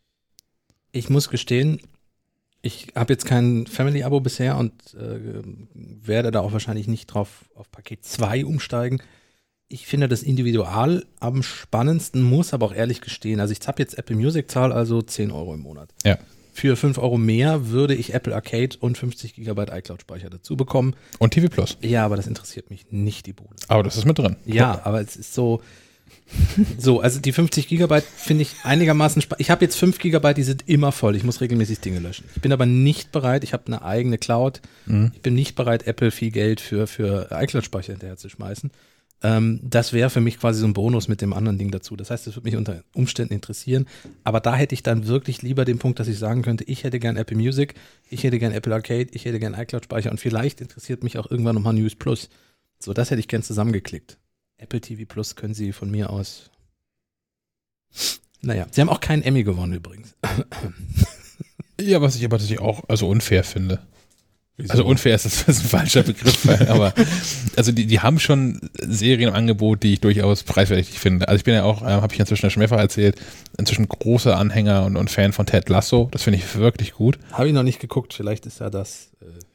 Ich muss gestehen, ich habe jetzt kein Family-Abo bisher und werde da auch wahrscheinlich nicht drauf auf Paket 2 umsteigen. Ich finde das Individual am spannendsten, muss aber auch ehrlich gestehen. Also ich habe jetzt Apple Music, zahle also 10 € im Monat. Ja. Für 5 € mehr würde ich Apple Arcade und 50 GB iCloud-Speicher dazu bekommen. Und TV Plus. Ja, aber das interessiert mich nicht, die Bude. Aber das ist mit drin. Ja, aber es ist so, also die 50 GB finde ich einigermaßen ich habe jetzt 5 GB, die sind immer voll. Ich muss regelmäßig Dinge löschen. Ich bin aber nicht bereit, ich habe eine eigene Cloud. Ich bin nicht bereit, Apple viel Geld für iCloud-Speicher hinterher zu schmeißen. Das wäre für mich quasi so ein Bonus mit dem anderen Ding dazu. Das heißt, das würde mich unter Umständen interessieren. Aber da hätte ich dann wirklich lieber den Punkt, dass ich sagen könnte, ich hätte gern Apple Music, ich hätte gern Apple Arcade, ich hätte gern iCloud-Speicher und vielleicht interessiert mich auch irgendwann nochmal News Plus. So, das hätte ich gern zusammengeklickt. Apple TV Plus können Sie von mir aus. Naja, Sie haben auch keinen Emmy gewonnen übrigens. Ja, was ich aber tatsächlich auch unfair finde. Wieso? Also unfair ist ein falscher Begriff, aber also die haben schon Serien im Angebot, die ich durchaus preiswürdig finde. Also ich bin ja auch, habe ich inzwischen schon mehrfach erzählt, inzwischen großer Anhänger und Fan von Ted Lasso. Das finde ich wirklich gut. Habe ich noch nicht geguckt, vielleicht ist ja das.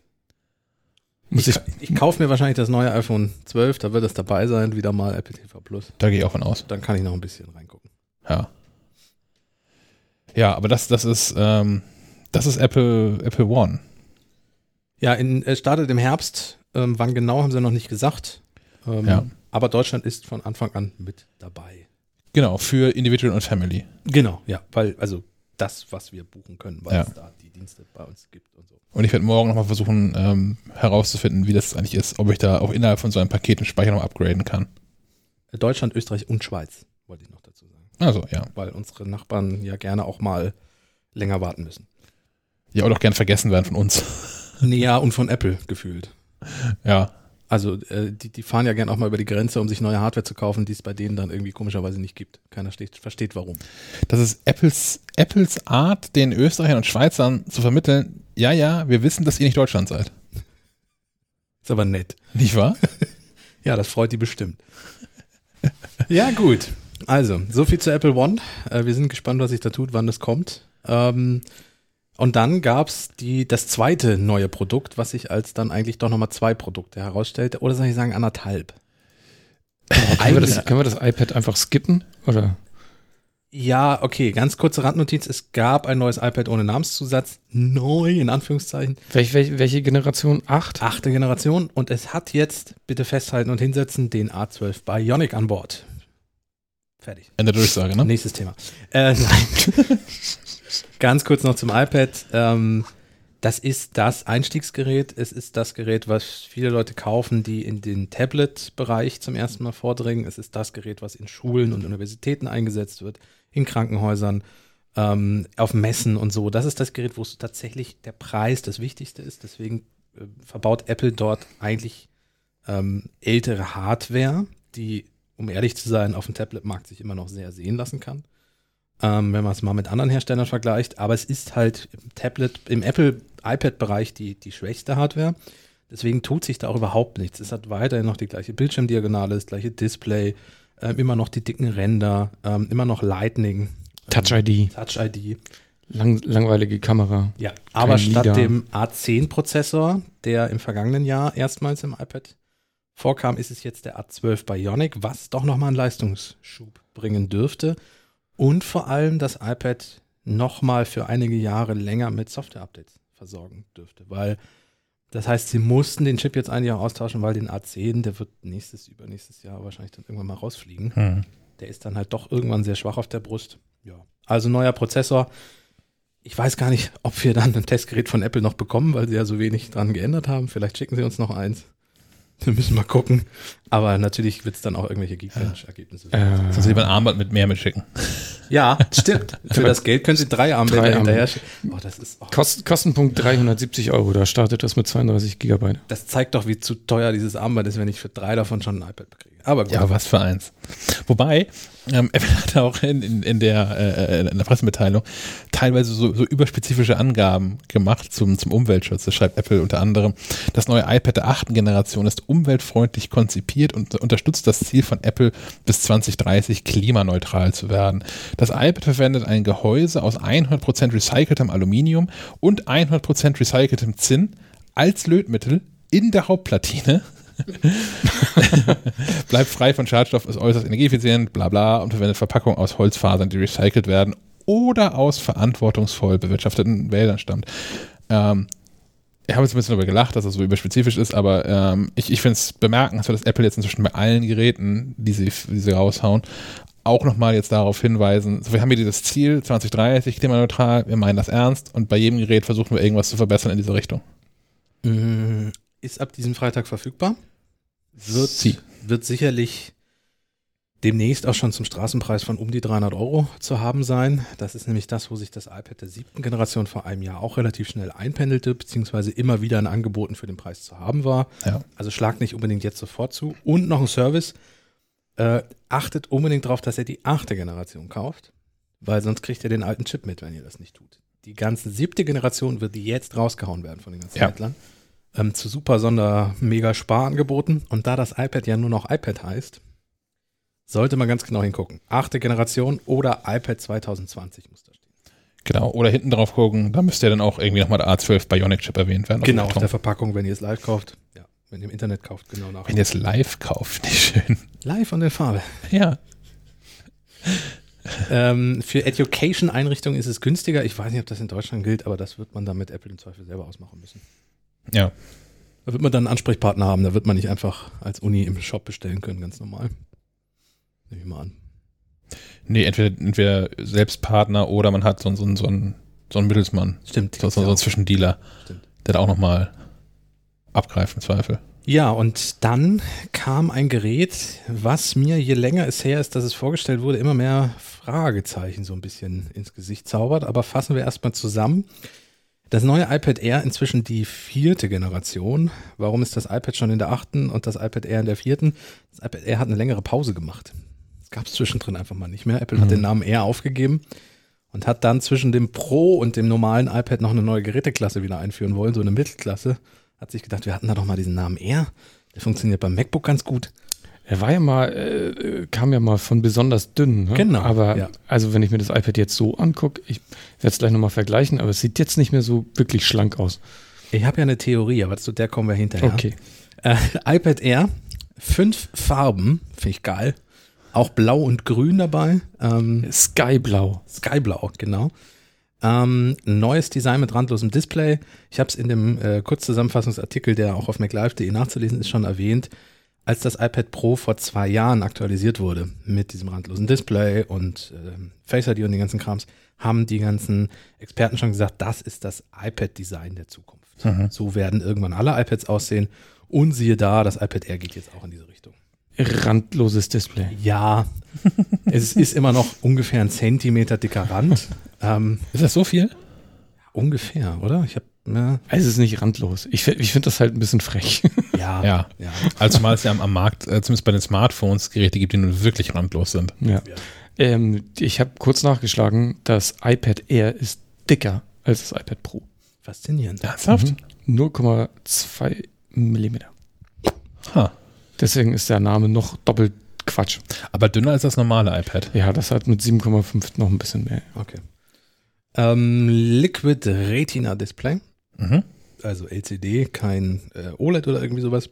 Ich kaufe mir wahrscheinlich das neue iPhone 12, da wird es dabei sein, wieder mal Apple TV Plus. Da gehe ich auch von aus. Dann kann ich noch ein bisschen reingucken. Ja. Ja, aber das ist Apple One. Ja, startet im Herbst. Wann genau, haben sie noch nicht gesagt. Ja. Aber Deutschland ist von Anfang an mit dabei. Genau, für Individual und Family. Genau, ja, weil, also das, was wir buchen können, weil es da die Dienste bei uns gibt und so. Und ich werde morgen nochmal versuchen, herauszufinden, wie das eigentlich ist, ob ich da auch innerhalb von so einem Paket einen Speicher noch upgraden kann. Deutschland, Österreich und Schweiz, wollte ich noch dazu sagen. Also, ja. Weil unsere Nachbarn ja gerne auch mal länger warten müssen. Ja, oder auch gerne vergessen werden von uns. Ja, und von Apple gefühlt. Ja. Also die fahren ja gerne auch mal über die Grenze, um sich neue Hardware zu kaufen, die es bei denen dann irgendwie komischerweise nicht gibt. Keiner versteht warum. Das ist Apples Art, den Österreichern und Schweizern zu vermitteln, ja, wir wissen, dass ihr nicht Deutschland seid. Ist aber nett. Nicht wahr? Ja, das freut die bestimmt. Ja, gut. Also, so viel zu Apple One. Wir sind gespannt, was sich da tut, wann das kommt. Und dann gab es das zweite neue Produkt, was sich als dann eigentlich doch nochmal 2 Produkte herausstellte. Oder soll ich sagen 1,5? Können wir das iPad einfach skippen? Oder? Ja, okay, ganz kurze Randnotiz. Es gab ein neues iPad ohne Namenszusatz. Neu, in Anführungszeichen. Welche Generation? 8? 8. Generation. Und es hat jetzt, bitte festhalten und hinsetzen, den A12 Bionic an Bord. Fertig. Ende der Durchsage, ne? Nächstes Thema. Nein. Ganz kurz noch zum iPad. Das ist das Einstiegsgerät. Es ist das Gerät, was viele Leute kaufen, die in den Tablet-Bereich zum ersten Mal vordringen. Es ist das Gerät, was in Schulen und Universitäten eingesetzt wird, in Krankenhäusern, auf Messen und so. Das ist das Gerät, wo tatsächlich der Preis das Wichtigste ist. Deswegen verbaut Apple dort eigentlich ältere Hardware, die, um ehrlich zu sein, auf dem Tablet-Markt sich immer noch sehr sehen lassen kann. Wenn man es mal mit anderen Herstellern vergleicht. Aber es ist halt im Apple-iPad-Bereich die schwächste Hardware. Deswegen tut sich da auch überhaupt nichts. Es hat weiterhin noch die gleiche Bildschirmdiagonale, das gleiche Display, immer noch die dicken Ränder, immer noch Lightning. Touch-ID. Langweilige Kamera. Ja, aber statt dem A10-Prozessor, der im vergangenen Jahr erstmals im iPad vorkam, ist es jetzt der A12 Bionic, was doch nochmal einen Leistungsschub bringen dürfte. Und vor allem das iPad nochmal für einige Jahre länger mit Software-Updates versorgen dürfte. Weil, das heißt, sie mussten den Chip jetzt eigentlich auch austauschen, weil den A10, der wird übernächstes Jahr wahrscheinlich dann irgendwann mal rausfliegen. Der ist dann halt doch irgendwann sehr schwach auf der Brust. Ja. Also neuer Prozessor. Ich weiß gar nicht, ob wir dann ein Testgerät von Apple noch bekommen, weil sie ja so wenig dran geändert haben. Vielleicht schicken sie uns noch eins. Wir müssen mal gucken. Aber natürlich wird es dann auch irgendwelche Geekbench-Ergebnisse sein. Sonst lieber ein Armband mit mehr mitschicken. Ja, stimmt. Für das Geld können sie 3 Armbänder hinterher schicken. Kostenpunkt 370 €, da startet das mit 32 GB. Das zeigt doch, wie zu teuer dieses Armband ist, wenn ich für 3 davon schon ein iPad bekriege. Aber gut. Ja, was für eins. Wobei, Apple hat auch in der Pressemitteilung teilweise so überspezifische Angaben gemacht zum Umweltschutz. Das schreibt Apple unter anderem. Das neue iPad der 8. Generation ist umweltfreundlich konzipiert und unterstützt das Ziel von Apple, bis 2030 klimaneutral zu werden. Das iPad verwendet ein Gehäuse aus 100% recyceltem Aluminium und 100% recyceltem Zinn als Lötmittel in der Hauptplatine. Bleibt frei von Schadstoff, ist äußerst energieeffizient, bla bla, und verwendet Verpackungen aus Holzfasern, die recycelt werden oder aus verantwortungsvoll bewirtschafteten Wäldern stammt. Ich habe jetzt ein bisschen darüber gelacht, dass das so überspezifisch ist, aber ich finde es bemerkenswert, dass Apple jetzt inzwischen bei allen Geräten, die sie raushauen, auch nochmal jetzt darauf hinweisen, so, wir haben hier dieses Ziel 2030, klimaneutral, wir meinen das ernst und bei jedem Gerät versuchen wir irgendwas zu verbessern in diese Richtung. Ist ab diesem Freitag verfügbar. Wird sicherlich demnächst auch schon zum Straßenpreis von um die 300 € zu haben sein. Das ist nämlich das, wo sich das iPad der 7. Generation vor einem Jahr auch relativ schnell einpendelte, beziehungsweise immer wieder in Angeboten für den Preis zu haben war. Ja. Also schlagt nicht unbedingt jetzt sofort zu. Und noch ein Service. Achtet unbedingt darauf, dass ihr die 8. Generation kauft, weil sonst kriegt ihr den alten Chip mit, wenn ihr das nicht tut. Die ganze 7. Generation wird jetzt rausgehauen werden von den ganzen Händlern. Zu super Sonder-Mega-Sparangeboten. Und da das iPad ja nur noch iPad heißt, sollte man ganz genau hingucken. 8. Generation oder iPad 2020 muss da stehen. Genau, oder hinten drauf gucken, da müsste ja dann auch irgendwie nochmal der A12 Bionic-Chip erwähnt werden. Genau, auf der Verpackung, wenn ihr es live kauft. Ja, wenn ihr im Internet kauft, genau nach. Wenn ihr es live kauft, nicht schön. Live und in Farbe. Ja. Für Education-Einrichtungen ist es günstiger. Ich weiß nicht, ob das in Deutschland gilt, aber das wird man dann mit Apple im Zweifel selber ausmachen müssen. Ja. Da wird man dann einen Ansprechpartner haben, da wird man nicht einfach als Uni im Shop bestellen können, ganz normal. Nehme ich mal an. Nee, entweder selbst Partner oder man hat so einen Mittelsmann. Stimmt. So einen Zwischendealer, der da auch nochmal abgreift im Zweifel. Ja, und dann kam ein Gerät, was mir, je länger es her ist, dass es vorgestellt wurde, immer mehr Fragezeichen so ein bisschen ins Gesicht zaubert. Aber fassen wir erstmal zusammen. Das neue iPad Air, inzwischen die 4. Generation. Warum ist das iPad schon in der 8. und das iPad Air in der 4.? Das iPad Air hat eine längere Pause gemacht. Das gab es zwischendrin einfach mal nicht mehr. Apple hat den Namen Air aufgegeben und hat dann zwischen dem Pro und dem normalen iPad noch eine neue Geräteklasse wieder einführen wollen, so eine Mittelklasse. Hat sich gedacht, wir hatten da doch mal diesen Namen Air. Der funktioniert beim MacBook ganz gut. Er war ja mal, kam ja mal von besonders dünn. Ne? Genau. Aber also wenn ich mir das iPad jetzt so angucke, ich werde es gleich nochmal vergleichen, aber es sieht jetzt nicht mehr so wirklich schlank aus. Ich habe ja eine Theorie, aber zu der kommen wir hinterher. Okay. iPad Air, 5 Farben, finde ich geil. Auch blau und grün dabei. Skyblau. Skyblau, genau. Neues Design mit randlosem Display. Ich habe es in dem Kurzzusammenfassungsartikel, der auch auf maclive.de nachzulesen ist, schon erwähnt. Als das iPad Pro vor 2 Jahren aktualisiert wurde mit diesem randlosen Display und Face ID und den ganzen Krams, haben die ganzen Experten schon gesagt, das ist das iPad-Design der Zukunft. So werden irgendwann alle iPads aussehen. Und siehe da, das iPad Air geht jetzt auch in diese Richtung. Randloses Display. Ja, es ist immer noch ungefähr 1 Zentimeter dicker Rand. Ist das so viel? Ungefähr, oder? Es ist nicht randlos. Ich finde das halt ein bisschen frech. Ja. Also zumal es ja am Markt, zumindest bei den Smartphones, Geräte gibt, die nun wirklich randlos sind. Ja. Ich habe kurz nachgeschlagen, das iPad Air ist dicker als das iPad Pro. Faszinierend. Ernsthaft? 0,2 Millimeter. Ha. Deswegen ist der Name noch doppelt Quatsch. Aber dünner als das normale iPad. Ja, das hat mit 7,5 noch ein bisschen mehr. Okay. Liquid Retina Display. Also LCD, kein OLED oder irgendwie sowas.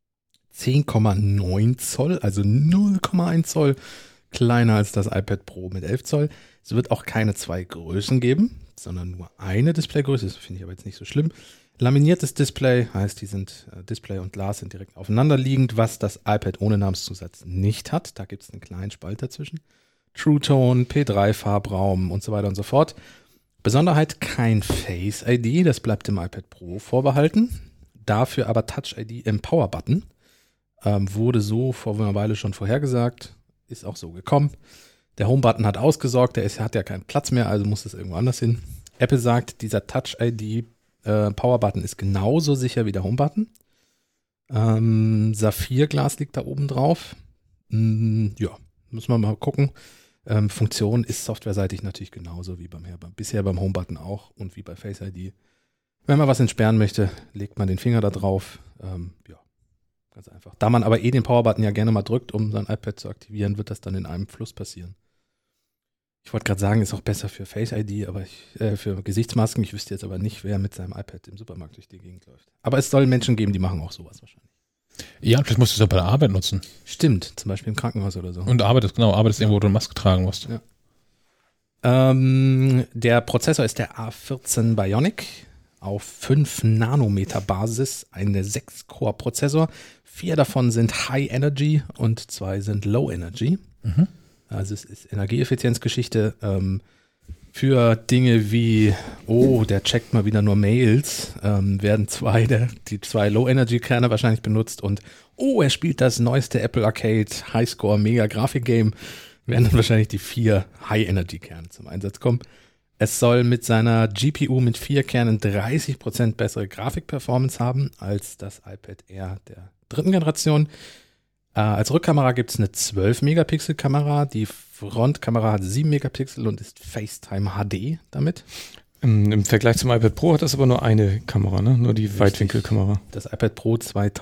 10,9 Zoll, also 0,1 Zoll kleiner als das iPad Pro mit 11 Zoll. Es wird auch keine 2 Größen geben, sondern nur eine Displaygröße. Das finde ich aber jetzt nicht so schlimm. Laminiertes Display, heißt, die sind Display und Glas sind direkt aufeinander liegend, was das iPad ohne Namenszusatz nicht hat. Da gibt es einen kleinen Spalt dazwischen. True Tone, P3-Farbraum und so weiter und so fort. Besonderheit, kein Face ID, das bleibt dem iPad Pro vorbehalten. Dafür aber Touch ID im Power-Button. Wurde so vor einer Weile schon vorhergesagt, ist auch so gekommen. Der Home-Button hat ausgesorgt, hat ja keinen Platz mehr, also muss es irgendwo anders hin. Apple sagt, dieser Touch ID Power-Button ist genauso sicher wie der Home-Button. Saphirglas liegt da oben drauf. Ja, müssen wir mal gucken. Funktion ist softwareseitig natürlich genauso wie bisher beim Home-Button auch und wie bei Face ID. Wenn man was entsperren möchte, legt man den Finger da drauf. Ja, ganz einfach. Da man aber den Power-Button ja gerne mal drückt, um sein iPad zu aktivieren, wird das dann in einem Fluss passieren. Ich wollte gerade sagen, ist auch besser für Face ID, aber für Gesichtsmasken. Ich wüsste jetzt aber nicht, wer mit seinem iPad im Supermarkt durch die Gegend läuft. Aber es soll Menschen geben, die machen auch sowas wahrscheinlich. Ja, vielleicht musst du es ja bei der Arbeit nutzen. Stimmt, zum Beispiel im Krankenhaus oder so. Und arbeitest irgendwo, wo du eine Maske tragen musst. Ja. Der Prozessor ist der A14 Bionic auf 5 Nanometer Basis, ein 6-Core-Prozessor. 4 davon sind High Energy und 2 sind Low Energy. Mhm. Also es ist Energieeffizienzgeschichte für Dinge wie, der checkt mal wieder nur Mails, werden die 2 Low-Energy-Kerne wahrscheinlich benutzt und er spielt das neueste Apple Arcade Highscore Mega Grafik-Game, werden dann wahrscheinlich die 4 High-Energy-Kerne zum Einsatz kommen. Es soll mit seiner GPU mit 4 Kernen 30% bessere Grafikperformance haben als das iPad Air der 3. Generation. Als Rückkamera gibt es eine 12-Megapixel-Kamera. Die Frontkamera hat 7 Megapixel und ist FaceTime HD damit. Im Vergleich zum iPad Pro hat das aber nur eine Kamera, ne? Nur die Weitwinkelkamera. Das iPad Pro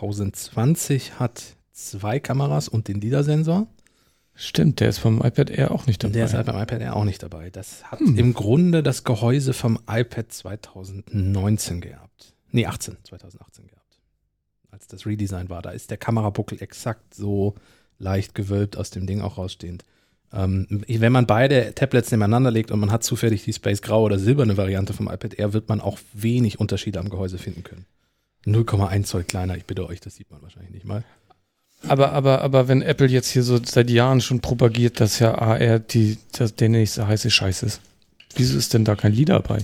2020 hat 2 Kameras und den LiDAR-Sensor. Stimmt, der ist vom iPad Air auch nicht dabei. Der ist halt beim iPad Air auch nicht dabei. Das hat im Grunde das Gehäuse vom iPad 2019 gehabt. 2018 gehabt. Als das Redesign war. Da ist der Kamerabuckel exakt so leicht gewölbt aus dem Ding auch rausstehend. Wenn man beide Tablets nebeneinander legt und man hat zufällig die Space Grau oder silberne Variante vom iPad Air, wird man auch wenig Unterschiede am Gehäuse finden können. 0,1 Zoll kleiner, ich bitte euch, das sieht man wahrscheinlich nicht mal. Aber wenn Apple jetzt hier so seit Jahren schon propagiert, dass ja AR der nächste heiße Scheiß ist, wieso ist denn da kein LiDAR bei?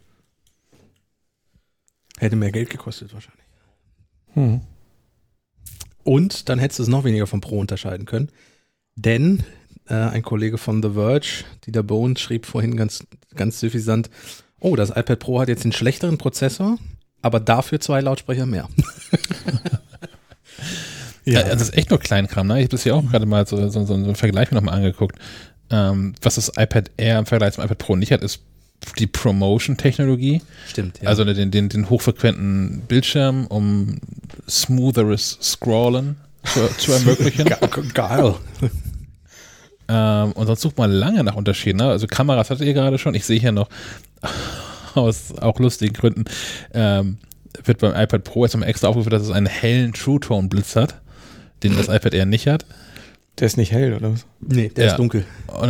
Hätte mehr Geld gekostet wahrscheinlich. Und dann hättest du es noch weniger vom Pro unterscheiden können. Denn ein Kollege von The Verge, Dieter Bohn, schrieb vorhin ganz, ganz suffisant, das iPad Pro hat jetzt den schlechteren Prozessor, aber dafür 2 Lautsprecher mehr. Ja, das ist echt nur Kleinkram, ne? Ich habe das hier auch gerade mal so einen Vergleich mir nochmal angeguckt. Was das iPad Air im Vergleich zum iPad Pro nicht hat, ist die Promotion-Technologie. Stimmt, ja. Also den hochfrequenten Bildschirm, um smootheres Scrollen zu ermöglichen. Geil. Und sonst sucht man lange nach Unterschieden. Ne? Also Kameras hattet ihr gerade schon. Ich sehe hier noch aus auch lustigen Gründen wird beim iPad Pro jetzt mal extra aufgeführt, dass es einen hellen True-Tone-Blitz hat, den das iPad Air nicht hat. Der ist nicht hell, oder was? Nee, der ist dunkel. Und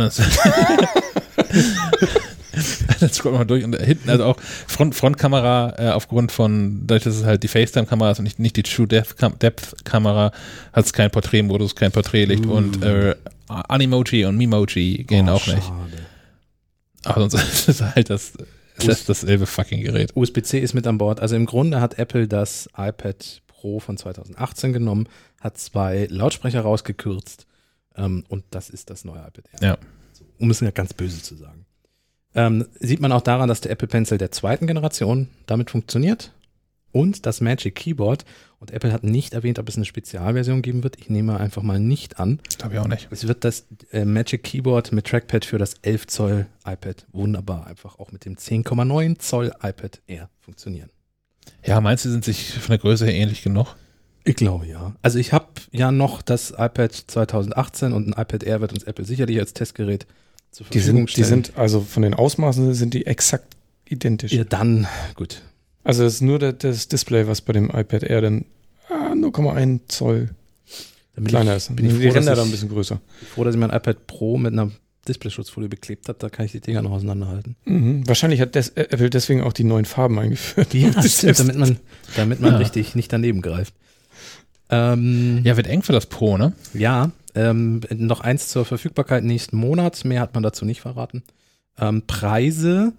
dann scrollt man durch und hinten, also auch Frontkamera, aufgrund von, dadurch, dass es halt die FaceTime-Kamera ist und nicht die True Depth-Kamera, hat es kein Porträtmodus, kein Porträtlicht und Animoji und Memoji gehen auch nicht. Schade. Aber sonst ist es halt dasselbe fucking Gerät. USB-C ist mit an Bord. Also im Grunde hat Apple das iPad Pro von 2018 genommen, hat 2 Lautsprecher rausgekürzt und das ist das neue iPad Air. Ja. Um es ja ganz böse zu sagen. Sieht man auch daran, dass der Apple Pencil der 2. Generation damit funktioniert und das Magic Keyboard. Und Apple hat nicht erwähnt, ob es eine Spezialversion geben wird. Ich nehme einfach mal nicht an. Glaube ich auch nicht. Es wird das Magic Keyboard mit Trackpad für das 11 Zoll iPad wunderbar einfach auch mit dem 10,9 Zoll iPad Air funktionieren. Ja, meinst du, sind sich von der Größe her ähnlich genug? Ich glaube ja. Also ich habe ja noch das iPad 2018 und ein iPad Air wird uns Apple sicherlich als Testgerät zur Verfügung stellen. Die sind, also von den Ausmaßen sind die exakt identisch. Ja, dann, gut. Also es ist nur das Display, was bei dem iPad Air dann 0,1 Zoll kleiner ist. Bin ich die froh, Ränder dann ein bisschen größer. Ich bin froh, dass ich mein iPad Pro mit einer Displayschutzfolie beklebt hat, da kann ich die Dinger noch auseinanderhalten. Wahrscheinlich hat Apple deswegen auch die neuen Farben eingeführt. Ja, stimmt, damit man richtig nicht daneben greift. Ja, wird eng für das Pro, ne? Ja, noch eins zur Verfügbarkeit nächsten Monat. Mehr hat man dazu nicht verraten. Preise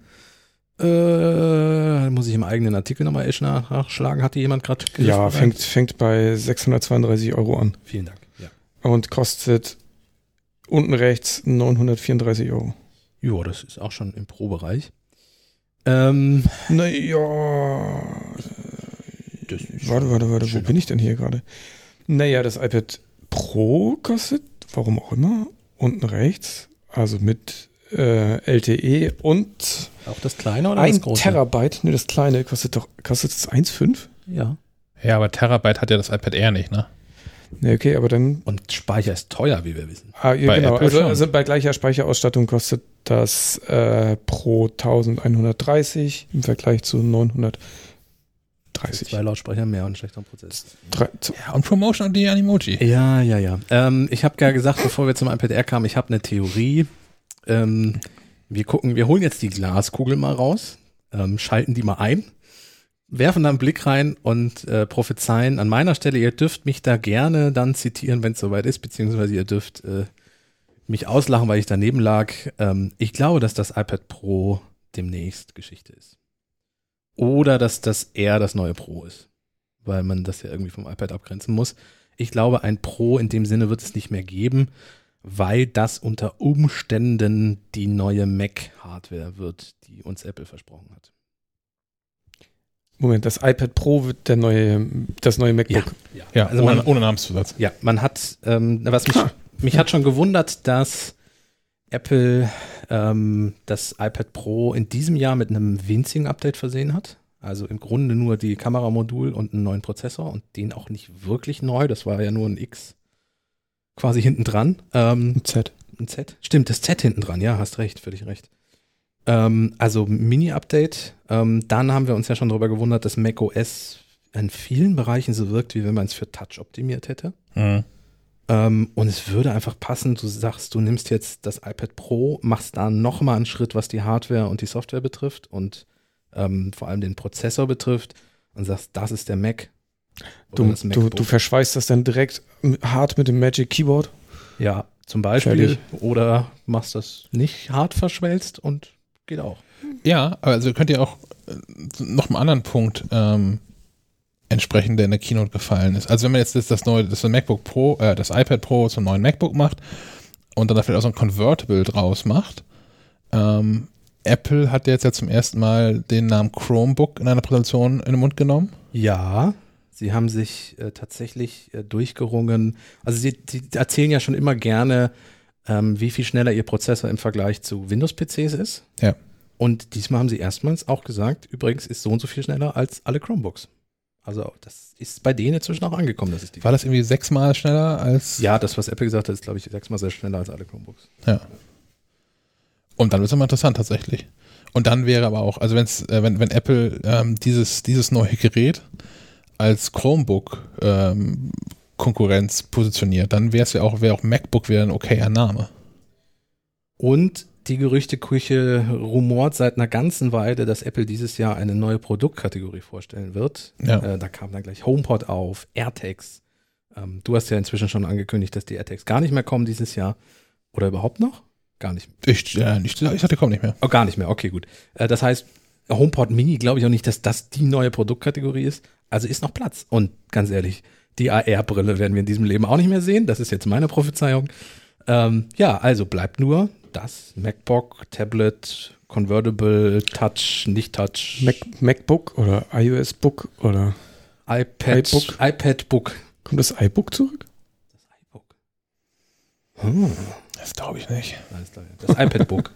muss ich im eigenen Artikel nochmal nachschlagen. Hatte jemand gerade gesagt? Ja, fängt bei 632 € an. Vielen Dank. Ja. Und kostet unten rechts 934 €. Ja, das ist auch schon im Pro-Bereich. Naja. Warte, wo bin ich denn hier gerade? Naja, das iPad Pro kostet, warum auch immer, unten rechts, also mit LTE und auch das kleine oder 1 das große? Terabyte, das kleine kostet es 1,5? Ja. Ja, aber Terabyte hat ja das iPad Air nicht, ne? Ne, okay, aber dann... Und Speicher ist teuer, wie wir wissen. Ja, bei genau, Apple also bei gleicher Speicherausstattung kostet das Pro 1130 im Vergleich zu 930. 2 Lautsprecher mehr und ein schlechterer Prozess. Ja, und Promotion und die Animoji. Ja. Ich habe ja gesagt, bevor wir zum iPad Air kamen, ich habe eine Theorie. Wir holen jetzt die Glaskugel mal raus, schalten die mal ein, werfen da einen Blick rein und prophezeien an meiner Stelle, ihr dürft mich da gerne dann zitieren, wenn es soweit ist, beziehungsweise ihr dürft mich auslachen, weil ich daneben lag. Ich glaube, dass das iPad Pro demnächst Geschichte ist. Oder dass das Air das neue Pro ist, weil man das ja irgendwie vom iPad abgrenzen muss. Ich glaube, ein Pro in dem Sinne wird es nicht mehr geben, weil das unter Umständen die neue Mac-Hardware wird, die uns Apple versprochen hat. Moment, das iPad Pro wird das neue MacBook. Ja, also ohne Namenszusatz. Ja, man hat, mich hat schon gewundert, dass Apple das iPad Pro in diesem Jahr mit einem winzigen Update versehen hat. Also im Grunde nur die Kameramodul und einen neuen Prozessor und den auch nicht wirklich neu. Das war ja nur ein X quasi hinten dran. Ein Z. Ein Z? Stimmt, das Z hinten dran. Ja, hast recht, völlig recht. Also Mini-Update. Dann haben wir uns ja schon darüber gewundert, dass macOS in vielen Bereichen so wirkt, wie wenn man es für Touch optimiert hätte. Mhm. Und es würde einfach passen, du sagst, du nimmst jetzt das iPad Pro, machst da nochmal einen Schritt, was die Hardware und die Software betrifft und vor allem den Prozessor betrifft und sagst, das ist der Mac. Du verschweißt das dann direkt hart mit dem Magic Keyboard? Ja, zum Beispiel. Fertig. Oder machst das nicht hart verschwelzt und geht auch. Ja, also könnt ihr auch noch einen anderen Punkt entsprechend, der in der Keynote gefallen ist. Also wenn man jetzt das MacBook Pro, das iPad Pro zum neuen MacBook macht und dann dafür auch so ein Convertible draus macht, Apple hat jetzt ja zum ersten Mal den Namen Chromebook in einer Präsentation in den Mund genommen. Ja, sie haben sich tatsächlich durchgerungen. Also sie erzählen ja schon immer gerne, wie viel schneller ihr Prozessor im Vergleich zu Windows-PCs ist. Ja. Und diesmal haben sie erstmals auch gesagt, übrigens ist so und so viel schneller als alle Chromebooks. Also das ist bei denen inzwischen auch angekommen. War das irgendwie 6-mal schneller als? Ja, das, was Apple gesagt hat, ist, glaube ich, 6-mal sehr schneller als alle Chromebooks. Ja. Und dann wird es immer interessant tatsächlich. Und dann wäre aber auch, also wenn Apple dieses neue Gerät als Chromebook Konkurrenz positioniert, dann wäre auch MacBook ein okayer Name. Und die Gerüchteküche rumort seit einer ganzen Weile, dass Apple dieses Jahr eine neue Produktkategorie vorstellen wird. Ja. Da kam dann gleich HomePod auf, AirTags. Du hast ja inzwischen schon angekündigt, dass die AirTags gar nicht mehr kommen dieses Jahr. Oder überhaupt noch? Gar nicht mehr. Ich dachte, die kommen nicht mehr. Oh, gar nicht mehr, okay, gut. Das heißt, HomePod Mini glaube ich auch nicht, dass das die neue Produktkategorie ist. Also ist noch Platz. Und ganz ehrlich, die AR-Brille werden wir in diesem Leben auch nicht mehr sehen. Das ist jetzt meine Prophezeiung. Ja, also bleibt nur das MacBook, Tablet, Convertible, Touch, nicht Touch. MacBook oder iOS Book oder iPad Book. Kommt das iBook zurück? Das iBook. Das glaube ich nicht. Das iPad Book.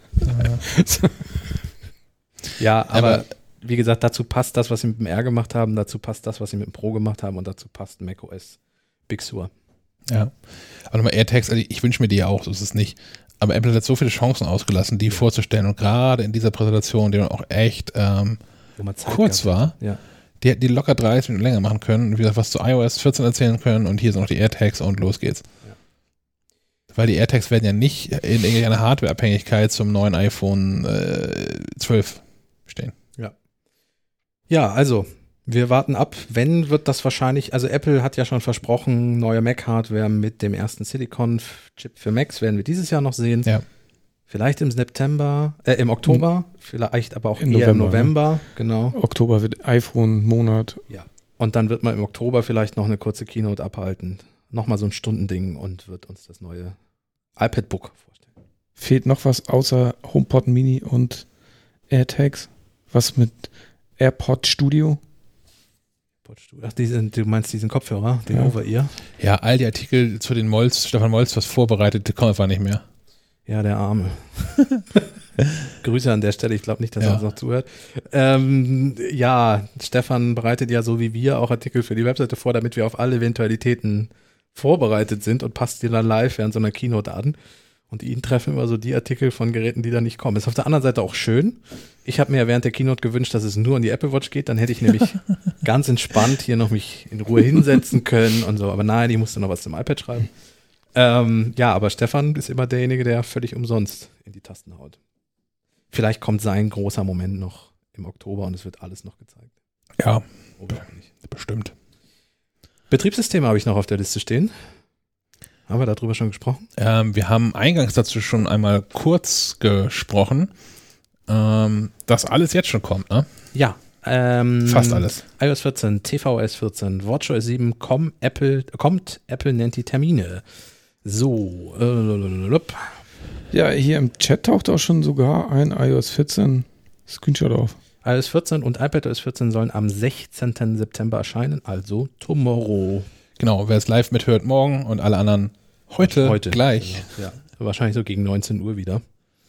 Ja, aber wie gesagt, dazu passt das, was sie mit dem R gemacht haben, dazu passt das, was sie mit dem Pro gemacht haben und dazu passt macOS Big Sur. Ja, aber nochmal AirTags, also ich wünsche mir die ja auch, so ist es nicht. Aber Apple hat so viele Chancen ausgelassen, die vorzustellen und gerade in dieser Präsentation, die dann auch echt kurz war, die hätten die locker 30 Minuten länger machen können und wie gesagt, was zu iOS 14 erzählen können und hier sind noch die AirTags und los geht's. Ja. Weil die AirTags werden ja nicht in irgendeiner Hardwareabhängigkeit zum neuen iPhone 12 stehen. Ja, also, wir warten ab. Wenn, wird das wahrscheinlich, also Apple hat ja schon versprochen, neue Mac-Hardware mit dem ersten Silicon-Chip für Macs werden wir dieses Jahr noch sehen. Ja. Vielleicht im Oktober, vielleicht aber auch Im eher im November, November, genau. Oktober wird iPhone-Monat. Ja. Und dann wird man im Oktober vielleicht noch eine kurze Keynote abhalten. Nochmal so ein Stundending und wird uns das neue iPad Book vorstellen. Fehlt noch was außer HomePod Mini und AirTags? Was mit AirPod Studio? Ach, du meinst diesen Kopfhörer, den Ja. Over-Ear? Ja, all die Artikel zu den Stefan Molz, was vorbereitet, die kommen einfach nicht mehr. Ja, der Arme. Grüße an der Stelle, ich glaube nicht, dass er Ja. uns noch zuhört. Ja, Stefan bereitet ja so wie wir auch Artikel für die Webseite vor, damit wir auf alle Eventualitäten vorbereitet sind und passt die dann live während so einer Keynote an. Und ihn treffen immer so die Artikel von Geräten, die da nicht kommen. Ist auf der anderen Seite auch schön. Ich habe mir ja während der Keynote gewünscht, dass es nur an die Apple Watch geht. Dann hätte ich nämlich ganz entspannt hier noch mich in Ruhe hinsetzen können und so. Aber nein, ich musste noch was zum iPad schreiben. Ja, aber Stefan ist immer derjenige, der völlig umsonst in die Tasten haut. Vielleicht kommt sein großer Moment noch im Oktober und es wird alles noch gezeigt. Ja, Oder auch nicht. bestimmt. Betriebssysteme habe ich noch auf der Liste stehen. Haben wir darüber schon gesprochen? Wir haben eingangs dazu schon einmal kurz gesprochen, dass alles jetzt schon kommt, ne? Ja. Fast alles. iOS 14, tvOS 14, WatchOS 7, kommt, Apple nennt die Termine. So, Ja, hier im Chat taucht auch schon sogar ein iOS 14 Screenshot auf. iOS 14 und iPadOS 14 sollen am 16. September erscheinen, also tomorrow. Genau, wer es live mithört, morgen und alle anderen heute gleich. Genau, ja. Wahrscheinlich so gegen 19 Uhr wieder.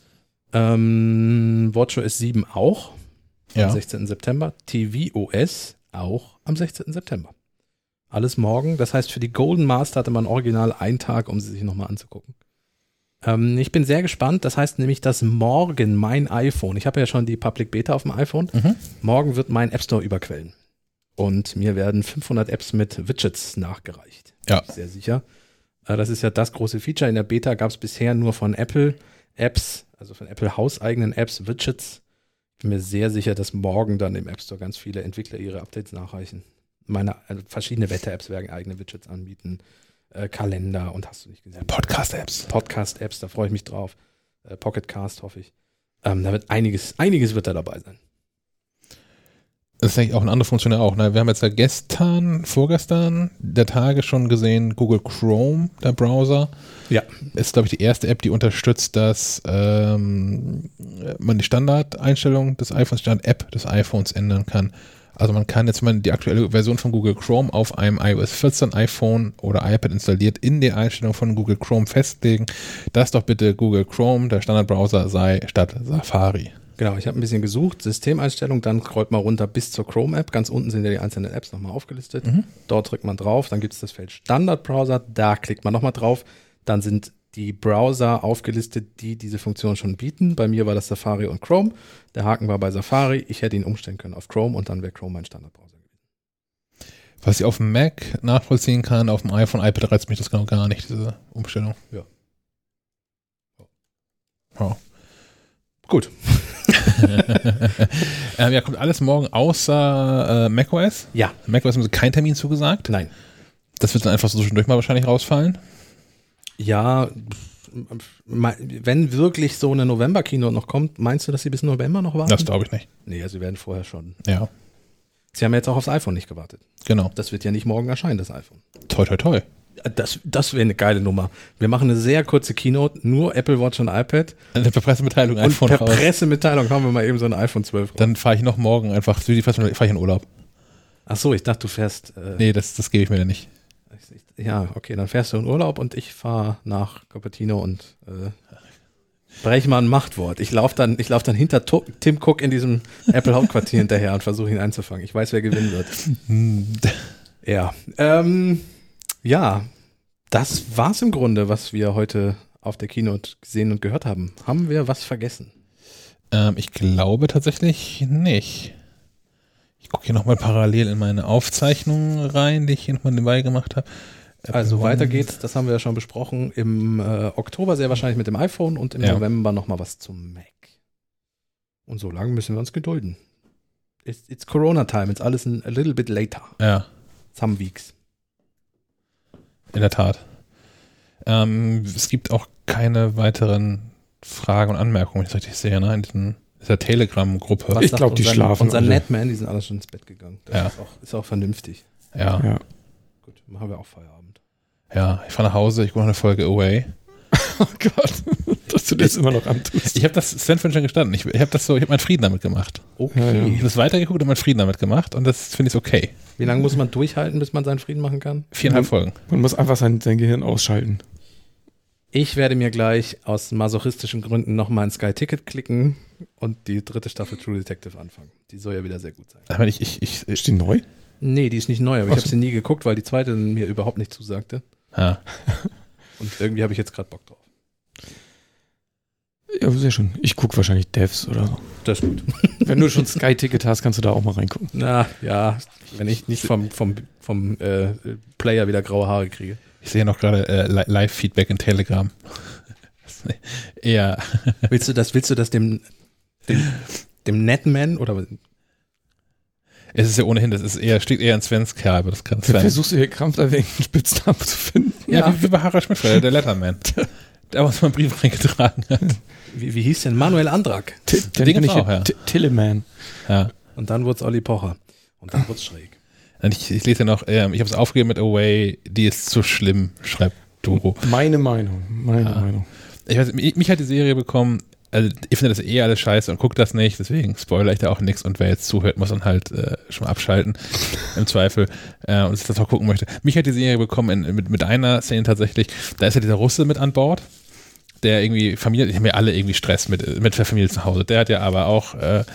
WatchOS 7 auch am Ja. 16. September. tvOS auch am 16. September. Alles morgen. Das heißt, für die Golden Master hatte man original einen Tag, um sie sich nochmal anzugucken. Ich bin sehr gespannt. Das heißt nämlich, dass morgen mein iPhone, ich habe ja schon die Public Beta auf dem iPhone, morgen wird mein App Store überquellen. Und mir werden 500 Apps mit Widgets nachgereicht. Ja. Bin ich sehr sicher. Das ist ja das große Feature. In der Beta gab es bisher nur von Apple Apps, also von Apple hauseigenen Apps, Widgets. Ich bin mir sehr sicher, dass morgen dann im App Store ganz viele Entwickler ihre Updates nachreichen. Verschiedene Wetter-Apps werden eigene Widgets anbieten. Kalender und hast du nicht gesehen. Podcast-Apps. Podcast-Apps, da freue ich mich drauf. Pocketcast hoffe ich. Da wird einiges wird da dabei sein. Das ist eigentlich auch eine andere Funktion ja auch. Ne? Wir haben jetzt ja vorgestern der Tage schon gesehen, Google Chrome, der Browser. Ja. Ist, glaube ich, die erste App, die unterstützt, dass man die Standardeinstellung des iPhones, Standard-App des iPhones ändern kann. Also man kann jetzt, wenn man die aktuelle Version von Google Chrome auf einem iOS 14 iPhone oder iPad installiert, in der Einstellung von Google Chrome festlegen, dass doch bitte Google Chrome der Standardbrowser sei statt Safari. Genau, ich habe ein bisschen gesucht, Systemeinstellung, dann scrollt man runter bis zur Chrome-App. Ganz unten sind ja die einzelnen Apps nochmal aufgelistet. Dort drückt man drauf, dann gibt es das Feld Standard-Browser, da klickt man nochmal drauf. Dann sind die Browser aufgelistet, die diese Funktion schon bieten. Bei mir war das Safari und Chrome. Der Haken war bei Safari. Ich hätte ihn umstellen können auf Chrome und dann wäre Chrome mein Standardbrowser gewesen. Was ich auf dem Mac nachvollziehen kann, auf dem iPhone, iPad reizt mich das genau gar nicht, diese Umstellung. Ja. Oh. Gut. Ja, kommt alles morgen außer macOS. Ja. macOS haben sie keinen Termin zugesagt. Nein. Das wird dann einfach so zwischendurch mal wahrscheinlich rausfallen. Ja, wenn wirklich so eine November-Keynote noch kommt, meinst du, dass sie bis November noch warten? Das glaube ich nicht. Nee, sie werden vorher schon. Ja, Sie haben jetzt auch aufs iPhone nicht gewartet. genau. Das wird ja nicht morgen erscheinen, das iPhone. Toi, toi, toi. Das wäre eine geile Nummer. Wir machen eine sehr kurze Keynote, nur Apple Watch und iPad. Eine Pressemitteilung, Und iPhone per raus. Pressemitteilung haben wir mal eben so ein iPhone 12 raus. Dann fahre ich noch morgen einfach, fahre ich in Urlaub. Ach so, ich dachte, du fährst. Nee, das gebe ich mir dann nicht. Ja, okay, dann fährst du in Urlaub und ich fahre nach Cupertino und breche mal ein Machtwort. Ich lauf dann hinter Tim Cook in diesem Apple Hauptquartier hinterher und versuche ihn einzufangen. Ich weiß, wer gewinnen wird. Ja. Ja, das war's im Grunde, was wir heute auf der Keynote gesehen und gehört haben. Haben wir was vergessen? Ich glaube tatsächlich nicht. Ich gucke hier nochmal parallel in meine Aufzeichnungen rein, die ich hier nochmal nebenbei gemacht habe. Also weiter geht's, das haben wir ja schon besprochen, im Oktober sehr wahrscheinlich mit dem iPhone und im November nochmal was zum Mac. Und so lange müssen wir uns gedulden. It's Corona time, it's alles a little bit later. Ja. Some weeks. In der Tat. Es gibt auch keine weiteren Fragen und Anmerkungen, wenn ich das richtig sehe, ne? In dieser Telegram-Gruppe. Ich glaube, die schlafen. Unser Netman, die sind alle schon ins Bett gegangen. Das Ja. ist auch vernünftig. Ja. Gut, machen wir auch Feierabend. Ja, ich fahre nach Hause, ich gucke noch eine Folge Away. Oh Gott, dass du das immer noch antust. Ich habe das Sven schon gestanden. Ich habe meinen Frieden damit gemacht. Okay. Ich habe das weitergeguckt und meinen Frieden damit gemacht und das finde ich okay. Wie lange muss man durchhalten, bis man seinen Frieden machen kann? 4,5 Folgen. Man muss einfach sein Gehirn ausschalten. Ich werde mir gleich aus masochistischen Gründen nochmal ein Sky Ticket klicken und die 3. Staffel True Detective anfangen. Die soll ja wieder sehr gut sein. Aber ich Ist die neu? Nee, die ist nicht neu, aber ich habe sie nie geguckt, weil die zweite mir überhaupt nicht zusagte. ja. Und irgendwie habe ich jetzt gerade Bock drauf. Ja, sehr schön. Ich gucke wahrscheinlich Devs oder so. Das ist gut. Wenn du schon Sky-Ticket hast, kannst du da auch mal reingucken. Na, ja, wenn ich nicht vom Player wieder graue Haare kriege. Ich sehe noch gerade Live-Feedback in Telegram. Eher. Willst du das dem Netman oder Es ist ja ohnehin, steht eher in Svens Kerbe, das kann Sven. Versuchst du hier krampfhaft einen Spitznamen zu finden? Ja, wie bei Harald Schmidt, der Letterman. Der uns mal einen Brief reingetragen hat. wie hieß denn Manuel Andrak? Den gibt's bin ich auch, ja. Tilleman. Ja. Und dann wurde es Olli Pocher. Und dann wurde es schräg. Und ich lese ja noch, ich habe es aufgegeben mit Away, die ist zu schlimm, schreibt Doro. Meine Meinung. Ich weiß, mich hat die Serie bekommen, also ich finde das alles scheiße und gucke das nicht, deswegen spoilere ich da auch nichts und wer jetzt zuhört, muss dann halt schon mal abschalten, im Zweifel, und sich das auch gucken möchte. Mich hat die Serie bekommen mit einer Szene tatsächlich, da ist ja dieser Russe mit an Bord, der irgendwie Familie, die haben ja alle irgendwie Stress mit der Familie zu Hause, der hat ja aber auch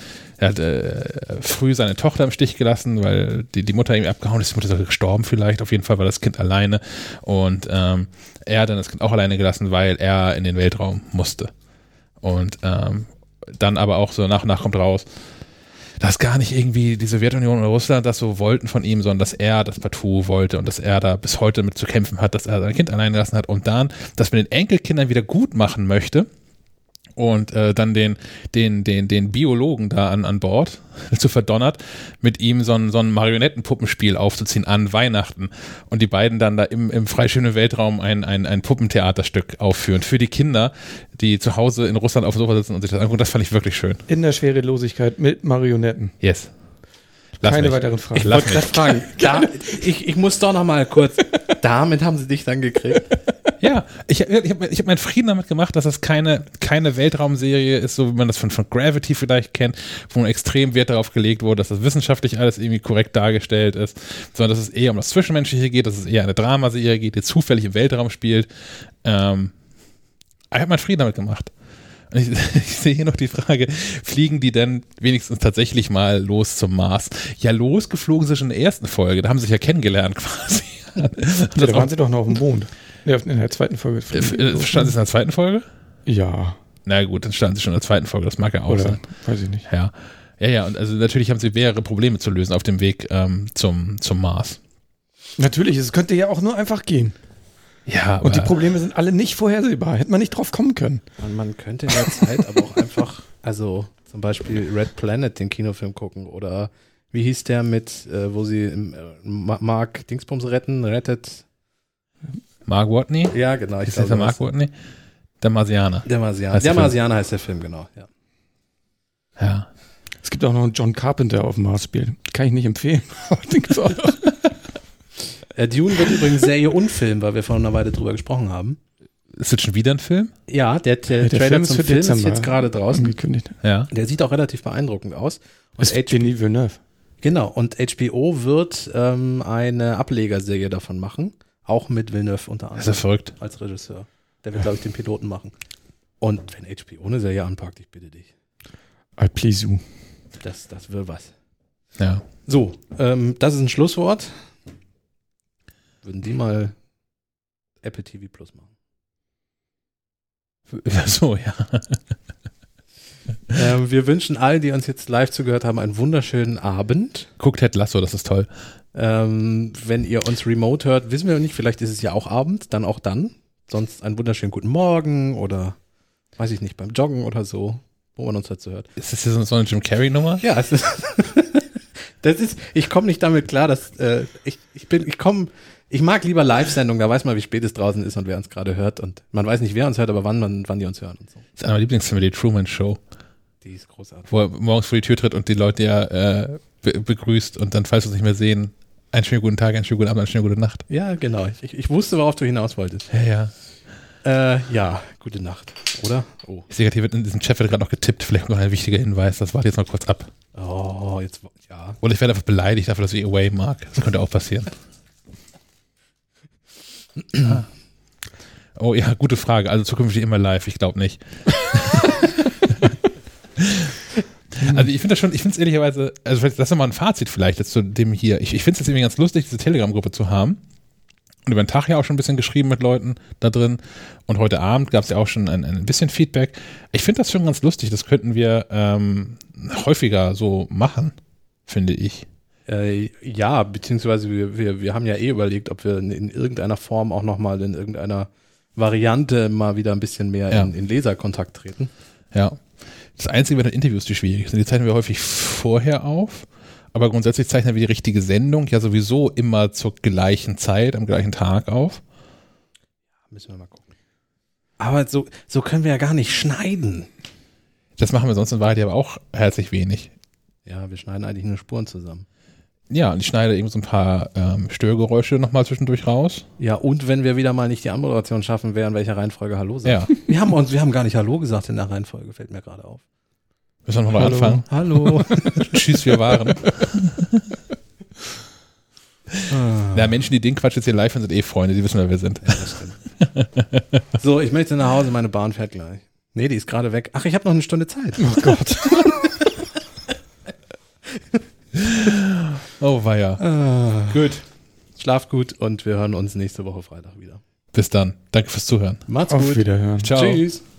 früh seine Tochter im Stich gelassen, weil die Mutter irgendwie abgehauen ist, die Mutter ist gestorben vielleicht, auf jeden Fall war das Kind alleine und er hat dann das Kind auch alleine gelassen, weil er in den Weltraum musste. Und dann aber auch so nach und nach kommt raus, dass gar nicht irgendwie die Sowjetunion oder Russland das so wollten von ihm, sondern dass er das partout wollte und dass er da bis heute mit zu kämpfen hat, dass er sein Kind allein gelassen hat und dann das mit den Enkelkindern wieder gut machen möchte und dann den Biologen da an Bord zu verdonnert, mit ihm so ein Marionettenpuppenspiel aufzuziehen an Weihnachten und die beiden dann da im freischwebenden Weltraum ein Puppentheaterstück aufführen für die Kinder, die zu Hause in Russland auf dem Sofa sitzen und sich das angucken. Das fand ich wirklich schön. In der Schwerelosigkeit mit Marionetten. Yes. Keine weiteren Fragen. Ich wollte gerade fragen. Ich muss doch noch mal kurz. Damit haben sie dich dann gekriegt. Ja, ich hab meinen Frieden damit gemacht, dass das keine Weltraumserie ist, so wie man das von Gravity vielleicht kennt, wo extrem Wert darauf gelegt wurde, dass das wissenschaftlich alles irgendwie korrekt dargestellt ist, sondern dass es eher um das Zwischenmenschliche geht, dass es eher eine Dramaserie geht, die zufällig im Weltraum spielt. Ich habe meinen Frieden damit gemacht. Und ich sehe hier noch die Frage, fliegen die denn wenigstens tatsächlich mal los zum Mars? Ja, losgeflogen sind schon in der ersten Folge, da haben sie sich ja kennengelernt quasi. Da waren sie doch noch auf dem Mond. Ja, in der zweiten Folge. Standen sie in der zweiten Folge? Ja. Na gut, dann standen sie schon in der zweiten Folge, das mag ja auch sein. Weiß ich nicht. Ja, und also natürlich haben sie mehrere Probleme zu lösen auf dem Weg zum Mars. Natürlich, es könnte ja auch nur einfach gehen. Ja, und die Probleme sind alle nicht vorhersehbar. Hätte man nicht drauf kommen können. Man könnte in der Zeit aber auch einfach, also zum Beispiel Red Planet, den Kinofilm gucken oder wie hieß der mit, wo sie Mark Dingsbums rettet? Mark Watney? Ja, genau. Ist das der Mark Watney? Der Marsianer. Der Marsianer heißt der Film, genau. Ja. Es gibt auch noch einen John Carpenter auf dem Mars-Spiel. Kann ich nicht empfehlen. Den gibt's auch noch. Dune wird übrigens Serie und Film, weil wir vor einer Weile drüber gesprochen haben. Ist das schon wieder ein Film? Ja, der Trailer zum Film ist jetzt gerade draußen. Angekündigt. Ja. Der sieht auch relativ beeindruckend aus. Und Denis Villeneuve. Genau, und HBO wird eine Ablegerserie davon machen. Auch mit Villeneuve unter anderem. Ist ja verrückt. Als Regisseur. Der wird, glaube ich, den Piloten machen. Und wenn HBO eine Serie anpackt, ich bitte dich. I please you. Das will was. Ja. So, das ist ein Schlusswort. Würden die mal Apple TV Plus machen? So, ja. Wir wünschen allen, die uns jetzt live zugehört haben, einen wunderschönen Abend. Guckt Ted Lasso, das ist toll. Wenn ihr uns remote hört, wissen wir noch nicht, vielleicht ist es ja auch Abend, dann auch dann. Sonst einen wunderschönen guten Morgen oder, weiß ich nicht, beim Joggen oder so, wo man uns dazu hört. Ist das hier so eine Jim Carrey-Nummer? Ja, es ist ich komme nicht damit klar, dass ich mag lieber Live-Sendungen, da weiß man, wie spät es draußen ist und wer uns gerade hört und man weiß nicht, wer uns hört, aber wann die uns hören und so. Das ist einer meiner Lieblingsfilme, die Truman Show. Die ist großartig. Wo er morgens vor die Tür tritt und die Leute ja begrüßt und dann, falls wir uns nicht mehr sehen, einen schönen guten Tag, einen schönen guten Abend, eine schöne gute Nacht. Ja, genau. Ich wusste, worauf du hinaus wolltest. Ja. Ja, gute Nacht, oder? Oh. Ich sehe gerade, hier wird in diesem Chat gerade noch getippt, vielleicht noch ein wichtiger Hinweis, das warte jetzt mal kurz ab. Oh, jetzt, ja. Oder ich werde einfach beleidigt dafür, dass ich Away mag. Das könnte auch passieren. Oh ja, gute Frage. Also zukünftig immer live, ich glaube nicht. Also ich finde es ehrlicherweise, also vielleicht, das ist nochmal ein Fazit vielleicht jetzt zu dem hier. Ich finde es jetzt irgendwie ganz lustig, diese Telegram-Gruppe zu haben. Und über den Tag ja auch schon ein bisschen geschrieben mit Leuten da drin. Und heute Abend gab es ja auch schon ein bisschen Feedback. Ich finde das schon ganz lustig. Das könnten wir häufiger so machen, finde ich. Ja, beziehungsweise wir haben ja überlegt, ob wir in irgendeiner Form auch nochmal in irgendeiner Variante mal wieder ein bisschen mehr in Leserkontakt treten. Ja. Das Einzige bei den Interviews, die schwierig sind, die zeichnen wir häufig vorher auf. Aber grundsätzlich zeichnen wir die richtige Sendung ja sowieso immer zur gleichen Zeit, am gleichen Tag auf. Müssen wir mal gucken. Aber so können wir ja gar nicht schneiden. Das machen wir sonst in Wahrheit aber auch herzlich wenig. Ja, wir schneiden eigentlich nur Spuren zusammen. Ja, und ich schneide eben so ein paar Störgeräusche nochmal zwischendurch raus. Ja, und wenn wir wieder mal nicht die Anmoderation schaffen, wer in welcher Reihenfolge Hallo sagt. Ja. Wir haben gar nicht Hallo gesagt in der Reihenfolge, fällt mir gerade auf. Müssen wir noch mal anfangen? Hallo. Tschüss, wir waren. Ja, Menschen, die den Quatsch jetzt hier live sind Freunde, die wissen, wer wir sind. Ja, das stimmt. So, ich möchte nach Hause, meine Bahn fährt gleich. Nee, die ist gerade weg. Ach, ich habe noch eine Stunde Zeit. Oh Gott. Oh, weia. Gut. Schlaft gut und wir hören uns nächste Woche Freitag wieder. Bis dann. Danke fürs Zuhören. Macht's Auf gut. Wiederhören. Ciao. Tschüss.